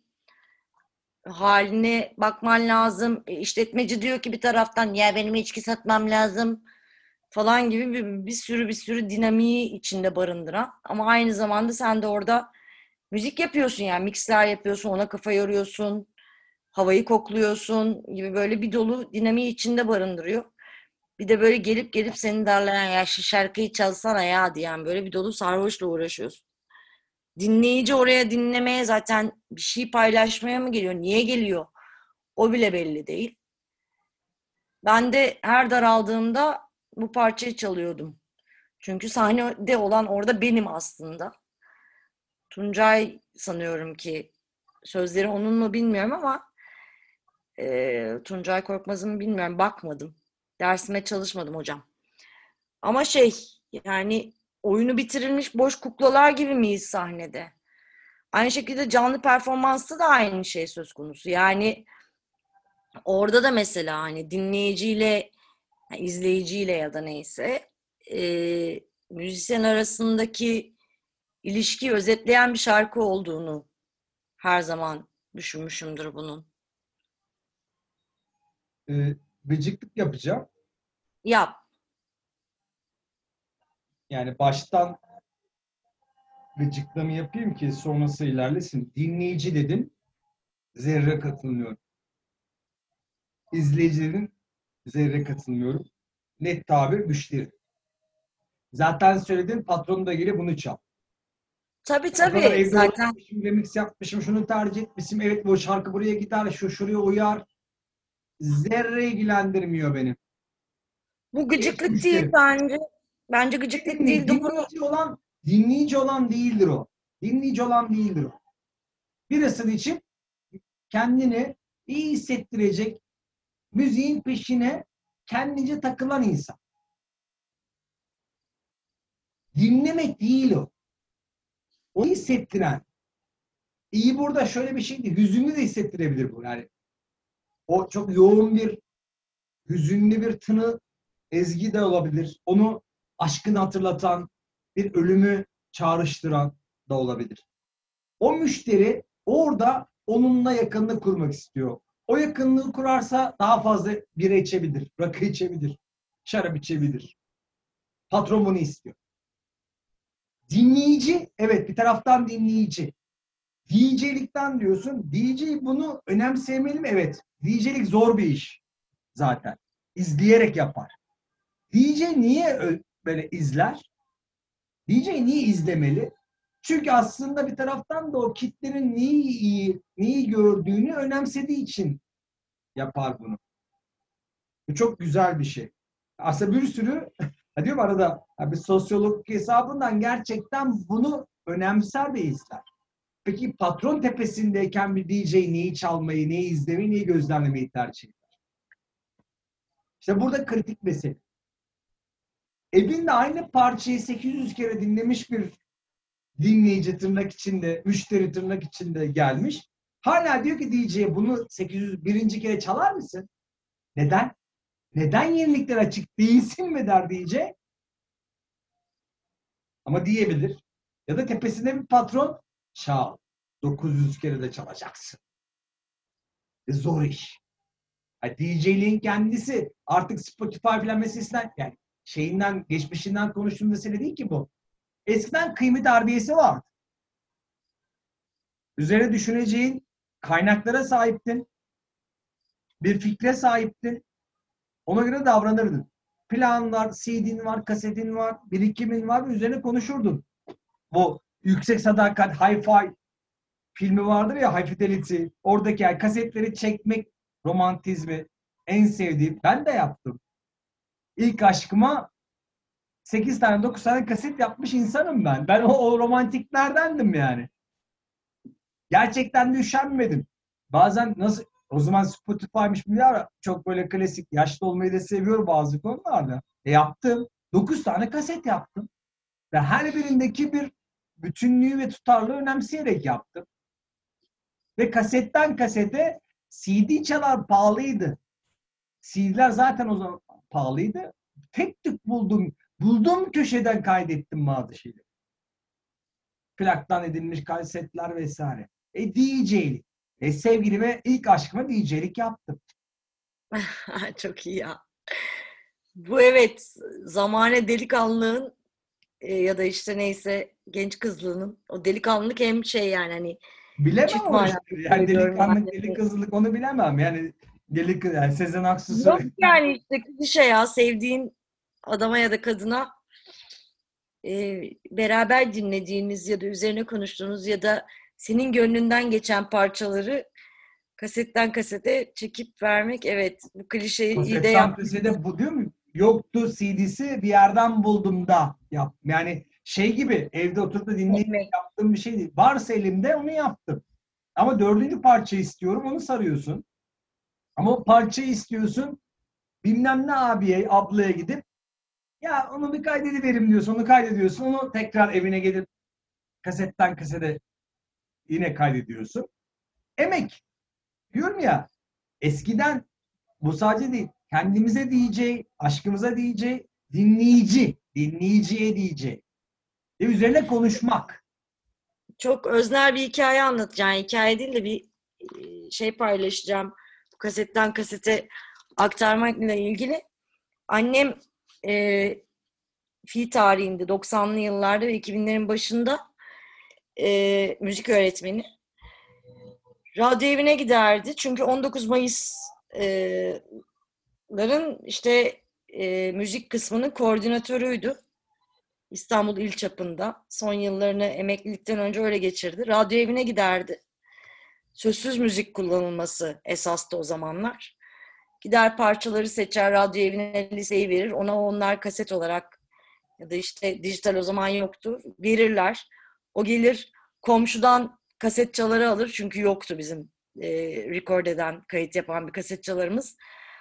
haline bakman lazım. E, İşletmeci diyor ki bir taraftan ya benim içki satmam lazım falan gibi bir, bir sürü bir sürü dinamiği içinde barındıran. Ama aynı zamanda sen de orada müzik yapıyorsun yani mixler yapıyorsun, ona kafa yoruyorsun, havayı kokluyorsun gibi böyle bir dolu dinamiği içinde barındırıyor. Bir de böyle gelip gelip seni darlayan ya şu şarkıyı çalsana ya diyen böyle bir dolu sarhoşla uğraşıyorsun. Dinleyici oraya dinlemeye zaten bir şey paylaşmaya mı geliyor? Niye geliyor? O bile belli değil. Ben de her daraldığımda bu parçayı çalıyordum. Çünkü sahnede olan orada benim aslında. Tuncay sanıyorum ki sözleri onun mu bilmiyorum ama e, Tuncay Korkmaz'ın bilmiyorum bakmadım. Dersime çalışmadım hocam. Ama şey yani oyunu bitirilmiş boş kuklalar gibi miyiz sahnede? Aynı şekilde canlı performansta da aynı şey söz konusu. Yani orada da mesela hani dinleyiciyle, yani izleyiciyle ya da neyse e, müzisyen arasındaki ilişkiyi özetleyen bir şarkı olduğunu her zaman düşünmüşümdür bunun. Ee, gıcıklık yapacağım. Yap. Yani baştan gıcıklığımı yapayım ki sonrası ilerlesin. Dinleyici dedim. Zerre katılmıyorum. İzleyici dedim. Zerre katılmıyorum. Net tabir müşteri. Zaten söyledim patron da gelip bunu çal. Tabii O kadar tabii. evde Zaten oturmuşum, remix yapmışım, şunu tercih etmişim. Evet bu şarkı buraya gider, şu şuraya uyar. Zerre ilgilendirmiyor beni. bu gıcıklık Hiç değil müşteri. bence. Bence gıcıklık değil. Doğru. Dinleyici olan, dinleyici olan değildir o. Dinleyici olan değildir o. Birisinin için kendini iyi hissettirecek müziğin peşine kendince takılan insan. Dinlemek değil o. O hissettiren. İyi burada şöyle bir şey değil. Hüzünlü de hissettirebilir bu. Yani o çok yoğun bir hüzünlü bir tını ezgi de olabilir. Onu aşkını hatırlatan, bir ölümü çağrıştıran da olabilir. O müşteri orada onunla yakınlık kurmak istiyor. O yakınlığı kurarsa daha fazla bira içebilir, rakı içebilir, şarap içebilir. Patron bunu istiyor. Dinleyici, evet bir taraftan dinleyici. D J'likten diyorsun. D J bunu önemsemeli mi? Evet. D J'lik zor bir iş zaten. İzleyerek yapar. D J niye böyle izler? D J niye izlemeli? Çünkü aslında bir taraftan da o kitlenin neyi iyi, neyi gördüğünü önemsediği için yapar bunu. Bu çok güzel bir şey. Aslında bir sürü, diyorum arada bir sosyolog hesabından gerçekten bunu önemser ve izler. Peki patron tepesindeyken bir D J neyi çalmayı, neyi izlemeyi, neyi gözlemlemeyi tercih eder? İşte burada kritik mesele. Evinde aynı parçayı sekiz yüz kere dinlemiş bir dinleyici tırnak içinde, müşteri tırnak içinde gelmiş. Hala diyor ki D J'ye bunu sekiz yüz birinci kere çalar mısın? Neden? Neden yenilikler açık değilsin mi der D J? Ama diyebilir. Ya da tepesinde bir patron çal. dokuz yüz kere de çalacaksın. E zor iş. Yani D J'liğin kendisi artık Spotify falan meselesinden yani şeyinden, geçmişinden konuştuğum mesele değil ki bu. Eskiden kıymet harbiyesi vardı. Üzerine düşüneceğin kaynaklara sahiptin. Bir fikre sahiptin. Ona göre davranırdın. Plan var, C D'in var, kasetin var, birikimin var. Üzerine konuşurdun. Bu yüksek sadakat, hi-fi filmi vardır ya, High Fidelity. Oradaki yani kasetleri çekmek romantizmi en sevdiğim. Ben de yaptım. İlk aşkıma sekiz tane dokuz tane kaset yapmış insanım ben. Ben o, o romantiklerdendim yani. Gerçekten de üşenmedim. Bazen nasıl, o zaman Spotify'mış biliyor, çok böyle klasik, yaşlı olmayı da seviyorum bazı konularda. E yaptım. dokuz tane kaset yaptım. Ve her birindeki bir bütünlüğü ve tutarlılığı önemseyerek yaptım. Ve kasetten kasete C D çalar pahalıydı. C D'ler zaten o zaman pahalıydı. Tek tük buldum. Bulduğum köşeden kaydettim bazı şeyleri. Plaktan edilmiş kasetler vesaire. E D J'lik. E sevgilime, ilk aşkıma D J'lik yaptım. Çok iyi ya. Bu evet, zamane delikanlılığın e, ya da işte neyse genç kızlığının o delikanlılık hem şey yani hani Bilemem çift o manada işte. Yani söylüyorum delikanlık, yani. deli kızlık onu bilemem. Yani deli kız, yani Sezen Aksu Yok söyledi. yani işte klişe ya, sevdiğin adama ya da kadına e, beraber dinlediğiniz ya da üzerine konuştuğunuz ya da senin gönlünden geçen parçaları kasetten kasete çekip vermek, evet, bu klişeyi iyi de Kasetten yapmış. kasete bu diyor mu? Yoktu C D'si, bir yerden buldum da yap. Yani şey gibi evde oturup da dinleyip yaptığım bir şey değil. Varsa elimde onu yaptım. Ama dördüncü parça istiyorum, onu sarıyorsun. Ama o parçayı istiyorsun, bilmem ne abiye, ablaya gidip ya onu bir kaydediverim diyorsun, onu kaydediyorsun, onu tekrar evine gelip kasetten kasete yine kaydediyorsun. Emek. Diyorum ya, eskiden bu sadece değil, kendimize D J, aşkımıza D J, dinleyici, dinleyiciye D J. Ve üzerine konuşmak. Çok öznel bir hikaye anlatacağım. Yani hikaye değil de bir e, şey paylaşacağım. Bu kasetten kasete aktarmakla ilgili. Annem e, fi tarihinde doksanlı yıllarda ve iki binlerin başında e, müzik öğretmeni. Radyo evine giderdi. Çünkü on dokuz Mayıs'ların işte e, müzik kısmının koordinatörüydü. İstanbul il çapında. Son yıllarını emeklilikten önce öyle geçirdi. Radyo evine giderdi. Sözsüz müzik kullanılması esastı o zamanlar. Gider parçaları seçer, radyo evine listeyi verir. Ona onlar kaset olarak ya da işte dijital o zaman yoktu. Verirler. O gelir komşudan kaset çaları alır. Çünkü yoktu bizim e, record eden, kayıt yapan bir kaset çalarımız.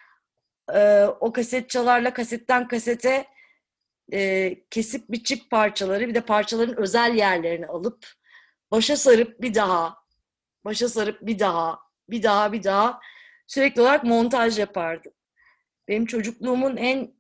E, o kaset çalarla kasetten kasete e, kesip biçip parçaları, bir de parçaların özel yerlerini alıp başa sarıp bir daha, başa sarıp bir daha, bir daha, bir daha sürekli olarak montaj yapardı. Benim çocukluğumun en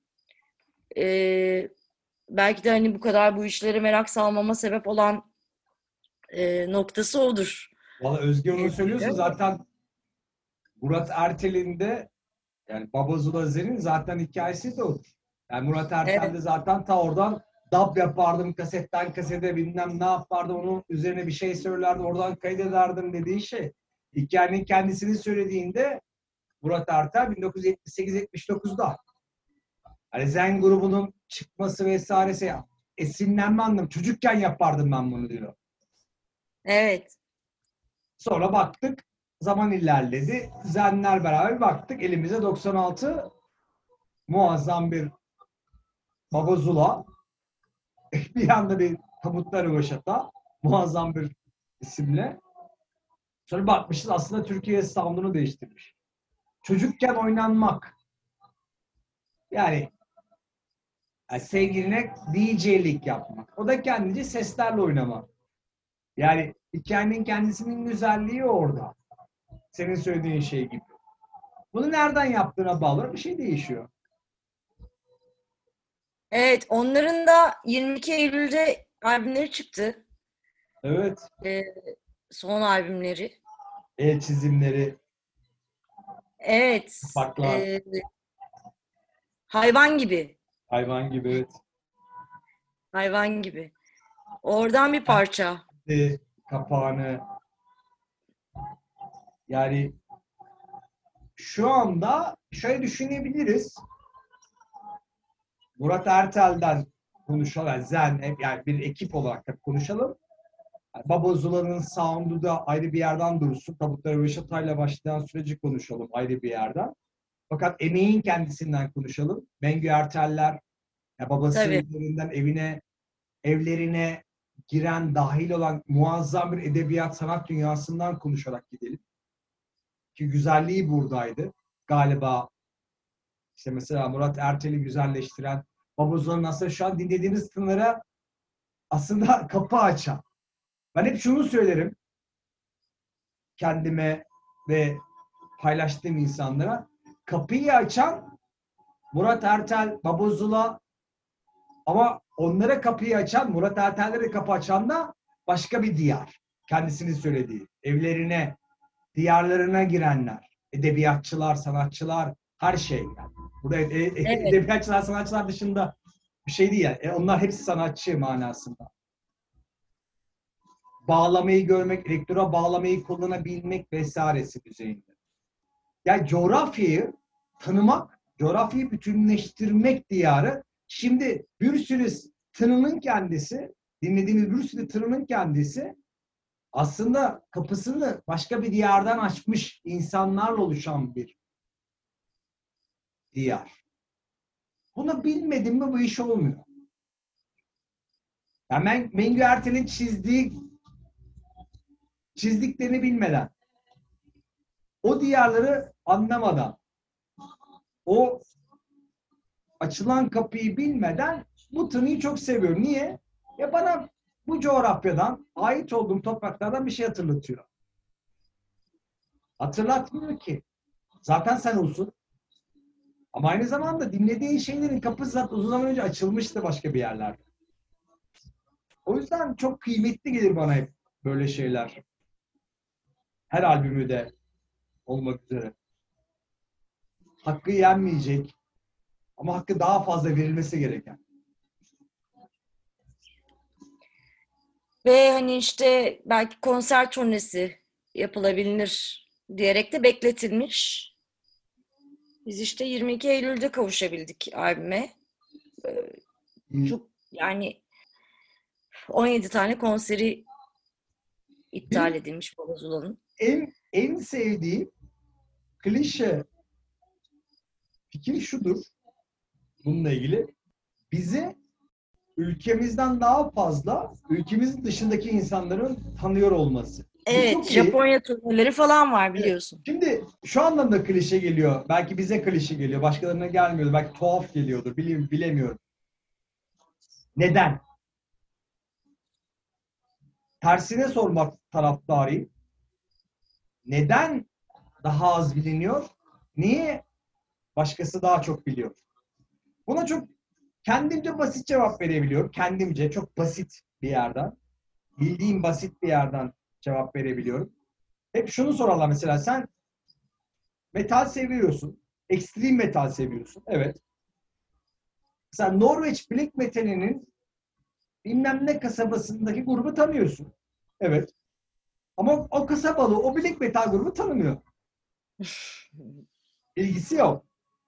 e, belki de hani bu kadar bu işlere merak salmama sebep olan e, noktası odur. Valla Özge onu söylüyorsun zaten. Murat Ertel'in de, yani Baba Zulazer'in zaten hikayesi de odur. Yani Murat Ertel de Evet. zaten ta oradan dub yapardım, kasetten kasete bilmem ne yapardım, onun üzerine bir şey söylerdim, oradan kaydederdim dediği şey. Hikayenin kendisini söylediğinde Murat Ertel bin dokuz yüz yetmiş sekiz yetmiş dokuzda. Hani Zen grubunun çıkması vesairesi, esinlenme anlamı. Çocukken yapardım ben bunu diyor. Evet. Sonra baktık, zaman ilerledi. Zenler beraber baktık. Elimize doksan altı muazzam bir Baba Zula. Bir yanda bir Tabutlar Rövaşata. Muazzam bir isimle. Sonra bakmışız aslında Türkiye sound'unu değiştirmiş. Çocukken oynanmak. Yani, yani sevgiline D J'lik yapmak. O da kendince seslerle oynamak. Yani hikayenin kendisinin güzelliği orada. Senin söylediğin şey gibi. Bunu nereden yaptığına bağlı bir şey değişiyor. Evet, onların da yirmi iki Eylül'de albümleri çıktı. Evet. Ee, son albümleri. El çizimleri. Evet. Kapaklar. E, hayvan gibi. Hayvan gibi, evet. Hayvan gibi. Oradan bir parça. De, kapağını. Yani şu anda şöyle düşünebiliriz. Murat Ertel'den konuşalım. Zen, yani bir ekip olarak da konuşalım. Yani Baba Zula'nın sound'u da ayrı bir yerden dursun. Tabutları Reşatay'la başlayan süreci konuşalım ayrı bir yerden. Fakat emeğin kendisinden konuşalım. Mengü Erteller, ya babası Tabii. üzerinden evine, evlerine giren, dahil olan muazzam bir edebiyat sanat dünyasından konuşarak gidelim. Ki güzelliği buradaydı. Galiba işte mesela Murat Ertel'i güzelleştiren, Baba Zula'nın aslında şu an dinlediğimiz tınlara aslında kapı açan. Ben hep şunu söylerim kendime ve paylaştığım insanlara. Kapıyı açan Murat Ertel, Baba Zula, ama onlara kapıyı açan, Murat Ertel'lere kapı açan da başka bir diyar. Kendisinin söylediği. Evlerine, diyarlarına girenler. Edebiyatçılar, sanatçılar, her şey yani. Burada ed- ed- Evet. edebiyatçılar, sanatçılar dışında bir şey değil yani. E, onlar hepsi sanatçı manasında. Bağlamayı görmek, elektroda bağlamayı kullanabilmek vesairesi düzeyinde. Yani coğrafyayı tanımak, coğrafyayı bütünleştirmek diyarı. Şimdi bir sürü tınının kendisi, dinlediğimiz bir sürü tınının kendisi aslında kapısını başka bir diyardan açmış insanlarla oluşan bir diyar. Bunu bilmedin mi bu iş olmuyor. Yani ben Mengü Ertel'in çizdiği çizdiklerini bilmeden, o diyarları anlamadan, o açılan kapıyı bilmeden bu tınıyı çok seviyorum. Niye? Ya bana bu coğrafyadan, ait olduğum topraklardan bir şey hatırlatıyor. Hatırlatmıyor ki. Zaten sen olsun. Ama aynı zamanda dinlediğin şeylerin kapısı zaten uzun zaman önce açılmıştı başka bir yerlerde. O yüzden çok kıymetli gelir bana hep böyle şeyler. Her albümü de olmak üzere. Hakkı yenmeyecek ama hakkı daha fazla verilmesi gereken. Ve hani işte belki konser turnesi yapılabilir diyerek de bekletilmiş. Biz işte yirmi iki Eylül'de kavuşabildik albüme. Ee, çok yani on yedi tane konseri iptal edilmiş Baba Zula'nın. En, en sevdiğim klişe fikir şudur. Bununla ilgili. Bizi ülkemizden daha fazla ülkemizin dışındaki insanların tanıyor olması. Bu Evet, çok iyi. Japonya turneleri falan var biliyorsun. Şimdi şu anlamda klişe geliyor. Belki bize klişe geliyor. Başkalarına gelmiyordur. Belki tuhaf geliyordur. Bile- Bilemiyorum. Neden? Tersine sormak taraftarıyım. Neden daha az biliniyor? Niye başkası daha çok biliyor? Buna çok kendimce basit cevap verebiliyorum. Kendimce çok basit bir yerden, bildiğim basit bir yerden cevap verebiliyorum. Hep şunu sorarlar mesela, sen metal seviyorsun, ekstrem metal seviyorsun, evet. Mesela Norveç Black Metal'inin bilmem ne kasabasındaki grubu tanıyorsun, evet. Ama o kasabalı, o Black Metal grubu tanımıyor. İlgisi yok.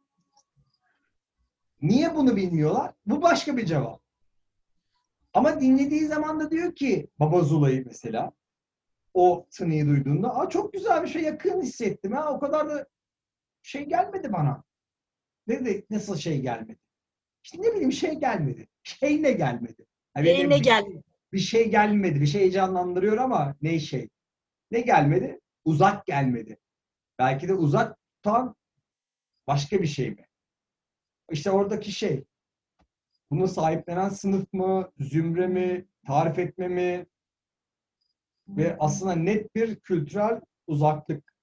Niye bunu bilmiyorlar? Bu başka bir cevap. Ama dinlediği zaman da diyor ki, Baba Zula'yı mesela, o tınıyı duyduğunda, aa çok güzel bir şey, yakın hissettim ha, o kadar da şey gelmedi bana. Ne de nasıl şey gelmedi? İşte ne bileyim şey gelmedi. Şey ne gelmedi? Hani Şey ne bir, geldi? bir şey gelmedi. Bir şey heyecanlandırıyor ama ne şey? Ne gelmedi? Uzak gelmedi. Belki de uzak tutan başka bir şey mi? İşte oradaki şey. Bunu sahiplenen sınıf mı, zümre mi, tarif etme mi? Ve aslında net bir kültürel uzaklık.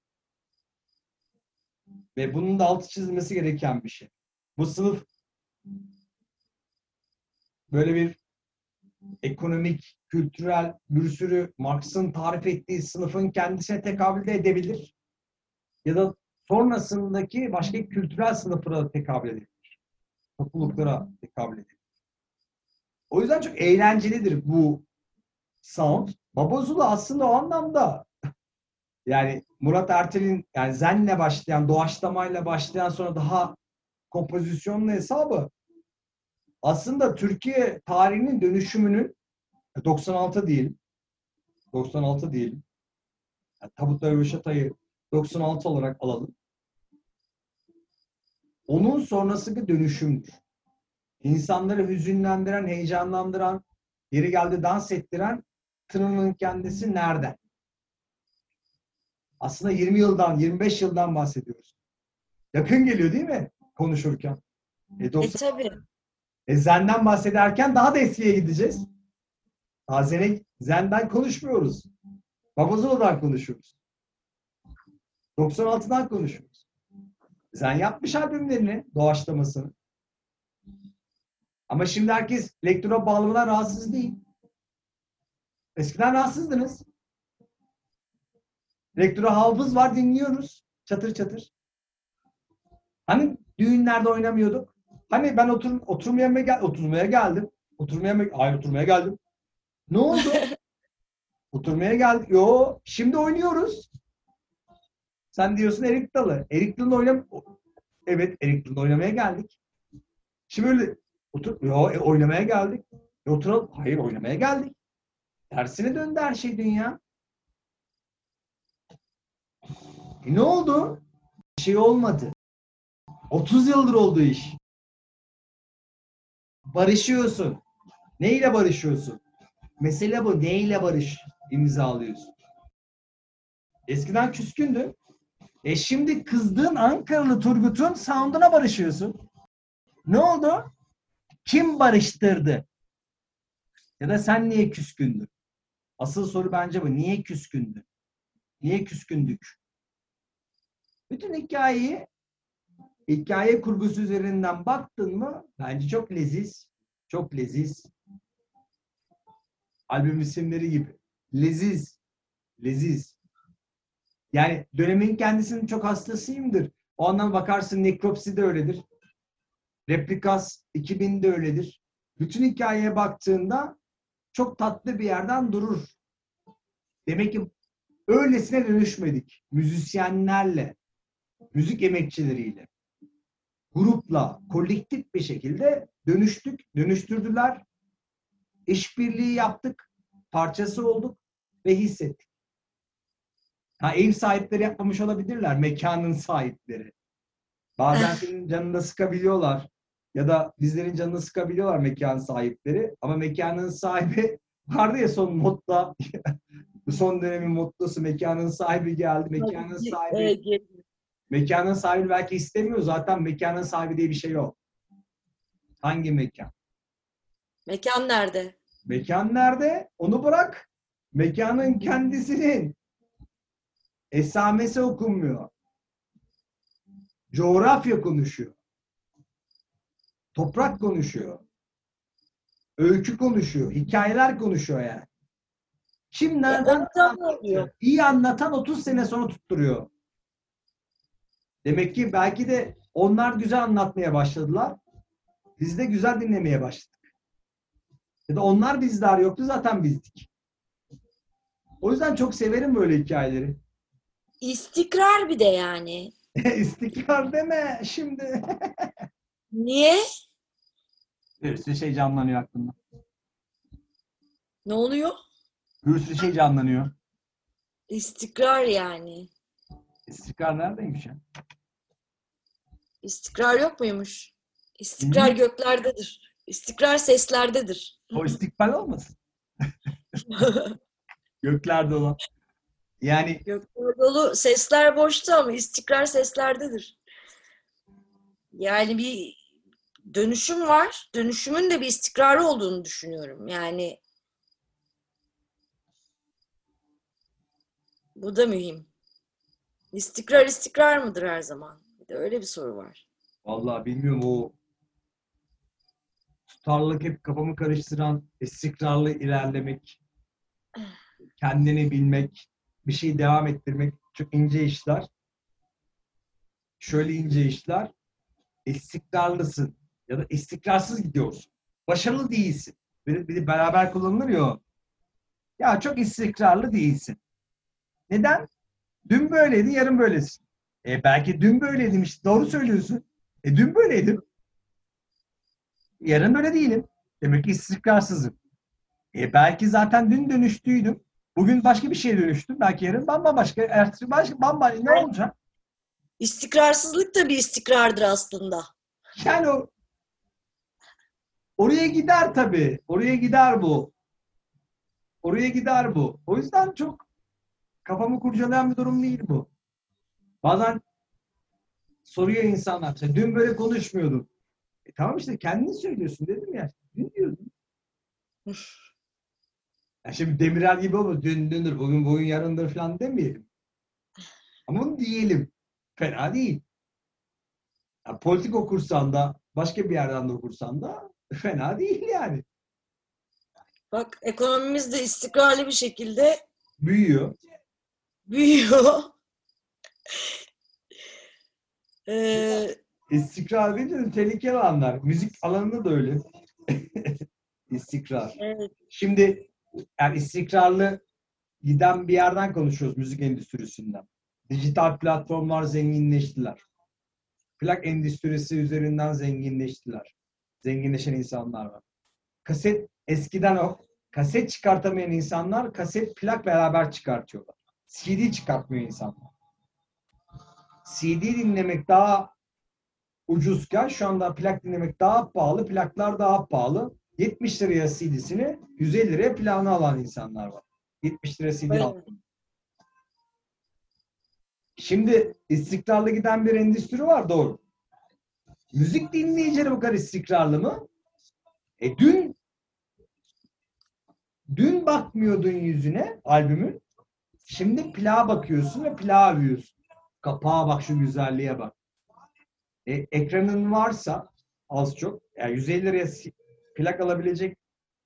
Ve bunun da altı çizilmesi gereken bir şey. Bu sınıf böyle bir ekonomik, kültürel bir sürü Marx'ın tarif ettiği sınıfın kendisine tekabül de edebilir. Ya da sonrasındaki başka kültürel sınıflara tekabül edebilir. Topluluklara tekabül edebilir. O yüzden çok eğlencelidir bu sound. Baba Zula aslında o anlamda yani Murat Ertel'in yani zenle başlayan, doğaçlamayla başlayan sonra daha kompozisyonlu hesabı aslında Türkiye tarihinin dönüşümünün doksan altı değil, doksan altı diyelim. Yani Tabutta ve Röşata'yı doksan altı olarak alalım. Onun sonrası bir dönüşümdür. İnsanları hüzünlendiren, heyecanlandıran, yeri geldi dans ettiren tınının kendisi nerede? Aslında yirmi yıldan, yirmi beş yıldan bahsediyoruz. Yakın geliyor değil mi konuşurken? E, E doksan tabii. E, Zen'den bahsederken daha da eskiye gideceğiz. Daha Zen'e, Zen'den konuşmuyoruz. Babazola'dan konuşuyoruz. doksan altıdan konuşuyoruz. Zen yapmış albümlerini, doğaçlamasını. Ama şimdi herkes elektro bağlamadan rahatsız değil. Eskiden rahatsızdınız. Elektro hafız var, dinliyoruz. Çatır çatır. Hani düğünlerde oynamıyorduk? Hani ben otur, oturmaya, mı gel oturmaya geldim. Oturmaya mı? Hayır, oturmaya geldim. Ne oldu? Oturmaya geldik. Yo, şimdi oynuyoruz. Sen diyorsun Erik Dalı. Erik Dalı'nı oynam... Evet, Erik Dalı'nı oynamaya geldik. Şimdi öyle otur... Yo, e, oynamaya geldik. E, oturalım. Hayır, oynamaya geldik. Tersine döndü her şey dünya. E, ne oldu? Bir şey olmadı. otuz yıldır oldu iş. Barışıyorsun. Neyle barışıyorsun? Mesele bu. Neyle barış imzalıyorsun? Eskiden küskündü. E şimdi kızdığın Ankaralı Turgut'un sound'una barışıyorsun. Ne oldu? Kim barıştırdı? Ya da sen niye küskündün? Asıl soru bence bu. Niye küskündün? Niye küskündük? Bütün hikayeyi hikaye kurgusu üzerinden baktın mı bence çok leziz. Çok leziz. Albüm isimleri gibi. Leziz. Leziz. Yani dönemin kendisinin çok hastasıyımdır. O andan bakarsın Nekropsi de öyledir. Replikas iki bin de öyledir. Bütün hikayeye baktığında çok tatlı bir yerden durur. Demek ki öylesine dönüşmedik. Müzisyenlerle, müzik emekçileriyle, grupla, kolektif bir şekilde dönüştük, dönüştürdüler. İşbirliği yaptık, parçası olduk ve hissettik. Ha, ev sahipleri yapmamış olabilirler, mekanın sahipleri. Bazen senin canını sıkabiliyorlar ya da bizlerin canını sıkabiliyorlar mekan sahipleri. Ama mekanın sahibi vardı ya son modda, son dönemin mottosu mekanın sahibi geldi. Mekanın sahibi, mekanın sahibi belki istemiyor. Zaten mekanın sahibi diye bir şey yok. Hangi mekan? Mekan nerede? Mekan nerede? Onu bırak. Mekanın kendisinin esamesi okunmuyor. Coğrafya konuşuyor. Toprak konuşuyor. Öykü konuşuyor. Hikayeler konuşuyor yani. Kim nereden anlatıyor? İyi anlatan otuz sene sonra tutturuyor. Demek ki belki de onlar güzel anlatmaya başladılar. Biz de güzel dinlemeye başladık. Ya da onlar bizler yoktu, zaten bizdik. O yüzden çok severim böyle hikayeleri. İstikrar bir de yani. İstikrar deme şimdi. Niye? Bir sürü şey canlanıyor aklımda. Ne oluyor? Bir sürü şey canlanıyor. İstikrar yani. İstikrar neredeymiş ya? İstikrar yok muymuş? İstikrar Hı. göklerdedir. İstikrar seslerdedir. O istikbal olmasın? Göklerde olan. Yani Gökler dolu, sesler boşta ama istikrar seslerdedir. Yani bir dönüşüm var. Dönüşümün de bir istikrarı olduğunu düşünüyorum. Yani bu da mühim. İstikrar istikrar mıdır her zaman? Bir de öyle bir soru var. vallahi bilmiyorum, o tutarlılık hep kafamı karıştıran, istikrarlı ilerlemek, kendini bilmek, bir şeyi devam ettirmek çok ince işler. Şöyle ince işler. İstikrarlısın ya da istikrarsız gidiyorsun. Başarılı değilsin. Bir, bir de beraber kullanılır ya o. Ya çok istikrarlı değilsin. Neden? Dün böyleydi, yarın böylesin. E belki dün böyleydim işte. Doğru söylüyorsun. E dün böyleydim. Yarın böyle değilim. Demek ki istikrarsızım. E belki zaten dün dönüştüydüm. Bugün başka bir şeye dönüştüm. Belki yarın bambaşka. Ertesi başka bambaşka. Ne olacak? İstikrarsızlık da bir istikrardır aslında. Yani o, oraya gider tabii. Oraya gider bu. Oraya gider bu. O yüzden çok kafamı kurcalayan bir durum değil bu. Bazen soruyor insanlar. İşte dün böyle konuşmuyordun. E tamam işte kendin söylüyorsun dedim ya. Dün diyordun. Ya şimdi Demirel gibi olma. Dün dündür, bugün bugün yarındır falan demeyelim. Ama onu diyelim. Fena değil. Ya politik okursan da başka bir yerden de okursan da fena değil yani. Bak ekonomimiz de istikrarlı bir şekilde Büyüyor. büyüyor. Ee, İstikrar deyince de tehlikeli alanlar. Müzik alanında da öyle. İstikrar. evet. Şimdi yani istikrarlı giden bir yerden konuşuyoruz müzik endüstrisinden. Dijital platformlar zenginleştiler. Plak endüstrisi üzerinden zenginleştiler. Zenginleşen insanlar var. Kaset eskiden o kaset çıkartamayan insanlar kaset plak beraber çıkartıyorlar. C D çıkartmıyor insanlar. C D dinlemek daha ucuzken şu anda plak dinlemek daha pahalı, plaklar daha pahalı. yetmiş liraya C D'sini, yüz elli liraya plağını alan insanlar var. yetmiş liraya C D Evet. aldım. Şimdi istikrarlı giden bir endüstri var, doğru. Müzik dinleyicileri bu kadar istikrarlı mı? E dün dün bakmıyordun yüzüne albümün. Şimdi plağa bakıyorsun ve plağa övüyorsun. Kapağa bak, şu güzelliğe bak. E, ekranın varsa az çok, yani yüz elli liraya plak alabilecek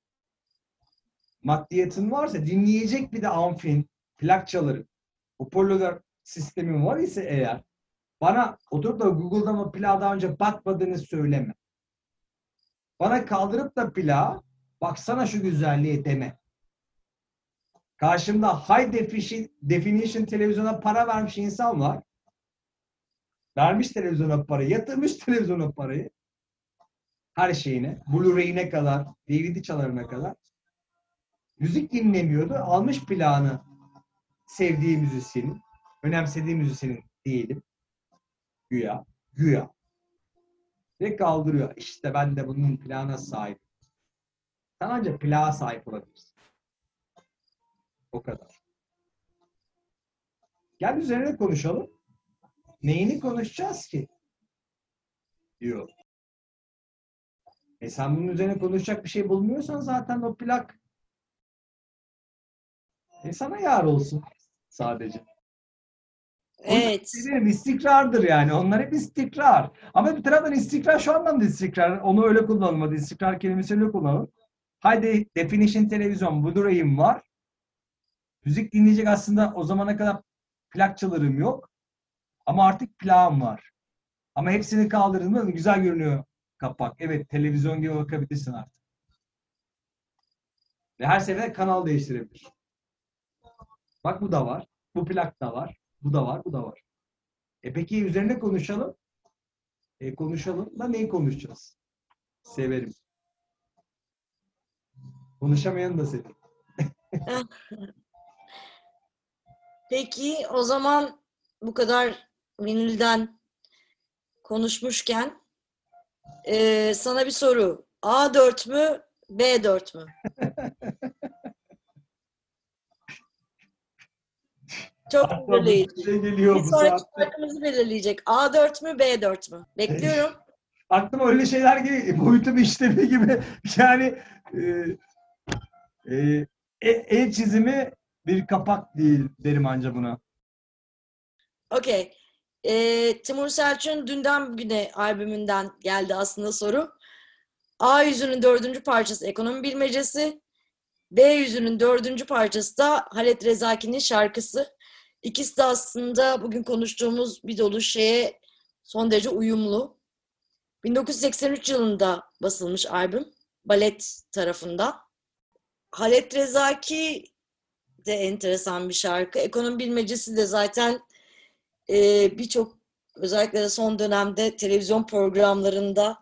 maddiyatın varsa, dinleyecek bir de amfin, plak çaları, hoparlör sistemin var ise eğer, bana oturup da Google'da mı plağa daha önce bakmadığını söyleme. Bana kaldırıp da plağa baksana şu güzelliğe deme. Karşımda high definition, definition televizyona para vermiş insan var. Vermiş televizyona parayı, yatırmış televizyona parayı. Her şeyine, Blu-ray'ine kadar, D V D çalarına kadar. Müzik dinlemiyordu. Almış plağını sevdiği müzisyenin, önemsediği müzisyenin diyelim. Güya, güya. Ve kaldırıyor. İşte ben de bunun plağına sahip. Sen ancak plağa sahip olabilirsin. O kadar. Gel üzerine konuşalım. Neyini konuşacağız ki? Diyor. E sen bunun üzerine konuşacak bir şey bulmuyorsan zaten o plak e sana yar olsun sadece. Evet. Benim istikrardır yani. Onlar hep istikrar. Ama bir taraftan istikrar şu anlamda istikrar. Onu öyle kullanılmadı. İstikrar kelimesini öyle kullanalım. Haydi definition televizyon, Blu-ray'im var. Müzik dinleyecek aslında o zamana kadar plakçalarım yok. Ama artık plağım var. Ama hepsini kaldırdığımda güzel görünüyor kapak. Evet, televizyon gibi bakabilirsin artık. Ve her sefer kanal değiştirebilir. Bak bu da var. Bu plak da var. Bu da var. Bu da var. E peki üzerine konuşalım. E konuşalım da neyi konuşacağız? Severim. Konuşamayanı da severim. Peki o zaman bu kadar vinilden konuşmuşken e, sana bir soru. A dört mü, B dört mü? Çok belirleyici. Şey geliyor Bir bu sonraki saatte. şarkımızı belirleyecek. A dört mü, B dört mü? Bekliyorum. Aklıma öyle şeyler gibi, boyutu bir işlemi gibi yani e, e, el çizimi bir kapak değil derim anca buna. Okey. Ee, Timur Selçuk'un Dünden Bugüne albümünden geldi aslında soru. A yüzünün dördüncü parçası Ekonomi Bilmecesi. B yüzünün dördüncü parçası da Halet Rezaki'nin şarkısı. İkisi de aslında bugün konuştuğumuz bir dolu şeye son derece uyumlu. bin dokuz yüz seksen üç yılında basılmış albüm. Balet tarafından. Halet Rezaki de enteresan bir şarkı. Ekonomi Bilmecesi de zaten e, birçok özellikle de son dönemde televizyon programlarında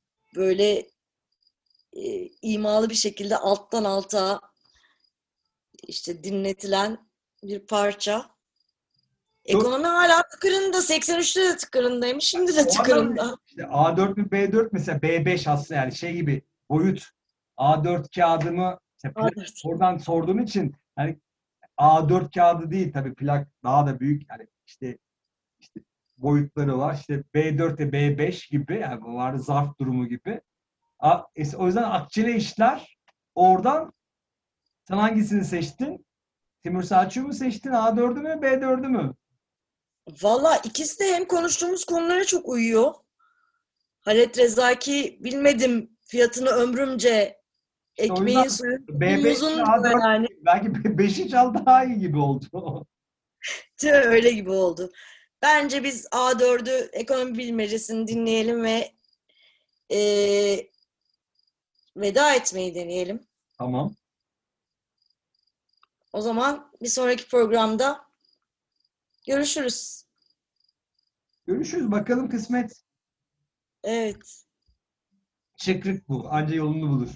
böyle e, imalı bir şekilde alttan alta işte dinletilen bir parça. Ekonomi hala tıkırında. seksen üçte de tıkırındaymış. Şimdi de tıkırında. İşte A dört mü B dört mesela B beş aslında yani şey gibi boyut A dört kağıdımı işte A dört. oradan sorduğun için hani A dört kağıdı değil tabii plak daha da büyük yani işte işte boyutları var. İşte B dört ile B beş gibi yani var zarf durumu gibi. O yüzden akçeli işler oradan sen hangisini seçtin? Timur Selçuk'u mu seçtin? A dördü mü B dördü mü? Valla ikisi de hem konuştuğumuz konulara çok uyuyor. Halet Rezaki bilmedim fiyatını ömrümce ekmeğin suyun muzun yani. Belki beşi çal daha iyi gibi oldu. Öyle gibi oldu. Bence biz A dördü ekonomi bilmecesini dinleyelim ve e, veda etmeyi deneyelim. Tamam. O zaman bir sonraki programda görüşürüz. Görüşürüz. Bakalım kısmet. Evet. Çıkrık bu. Anca yolunu bulur.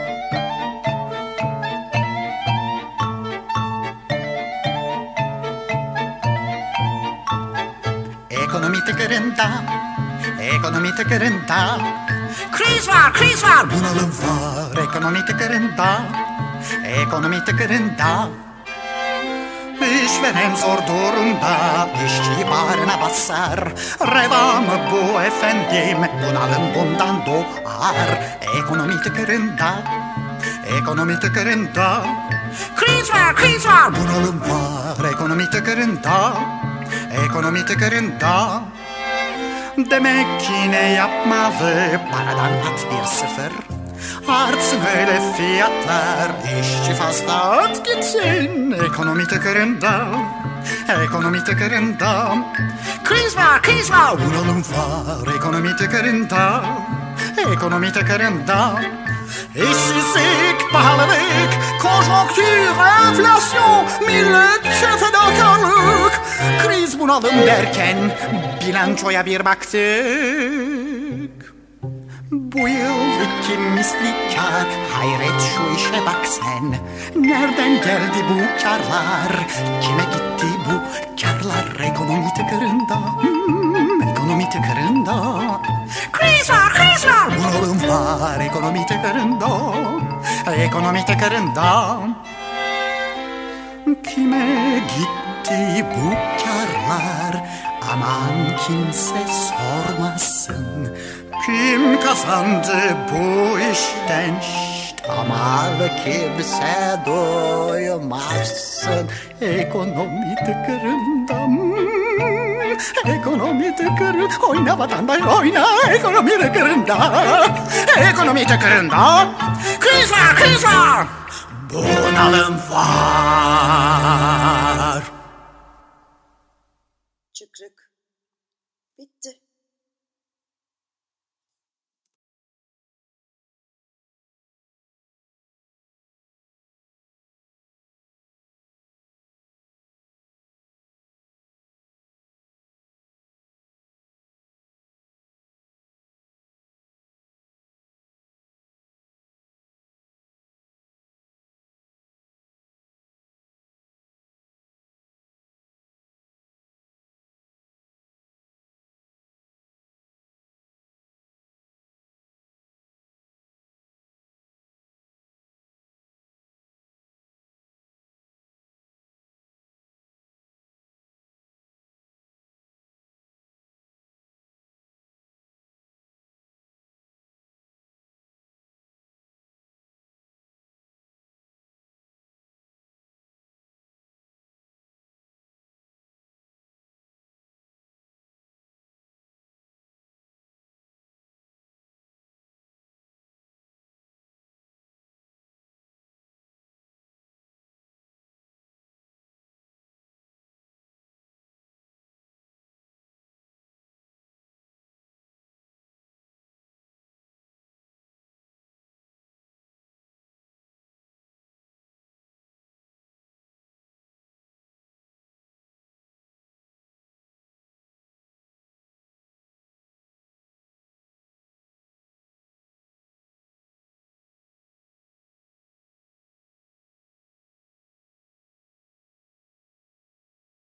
Ekonomi tıkırında, ekonomi tıkırında. Kriz var, kriz var, bunalım var. Ekonomi tıkırında, ekonomi tıkırında. İşveren zor durumda, işçi bağrına basar. Reva mı bu efendim, bunalım bundan doğar. Ekonomi tıkırında, ekonomi tıkırında. Kriz var, kriz var, bunalım var. Ekonomi tıkırında, ekonomi tıkırında. Demek ki ne yapmalı, paradan at bir sıfır. Artsın öyle fiyatlar, işçi fazla at gitsin. Ekonomi tıkırında, ekonomi tıkırında. Kriz var, kriz var, bunalım var. Ekonomi tıkırında, ekonomi tıkırında. İşsizlik, pahalılık, konjonktür, enflasyon, milletçe fedakarlık. Kriz bunalım derken bilançoya bir baktık. Bu yıl iki misli kar, hayret şu işe bak sen. Nereden geldi bu karlar, kime gitti bu karlar? Ekonomi tıkırında, hmm, ekonomi tıkırında. Kriz var, kriz var, bunalım var. Ekonomi tıkırında, ekonomi tıkırında. Kime gitti bu karlar? Aman kimse sormasın. Kim kazandı bu işten? Şşt, ama kimse duymazsın. Ekonomi tıkırında, ekonomi tıkırında. Oyna vatandaş oyna, ekonomi tıkırında, ekonomi tıkırında. Kriz var, kriz var, bunalım var.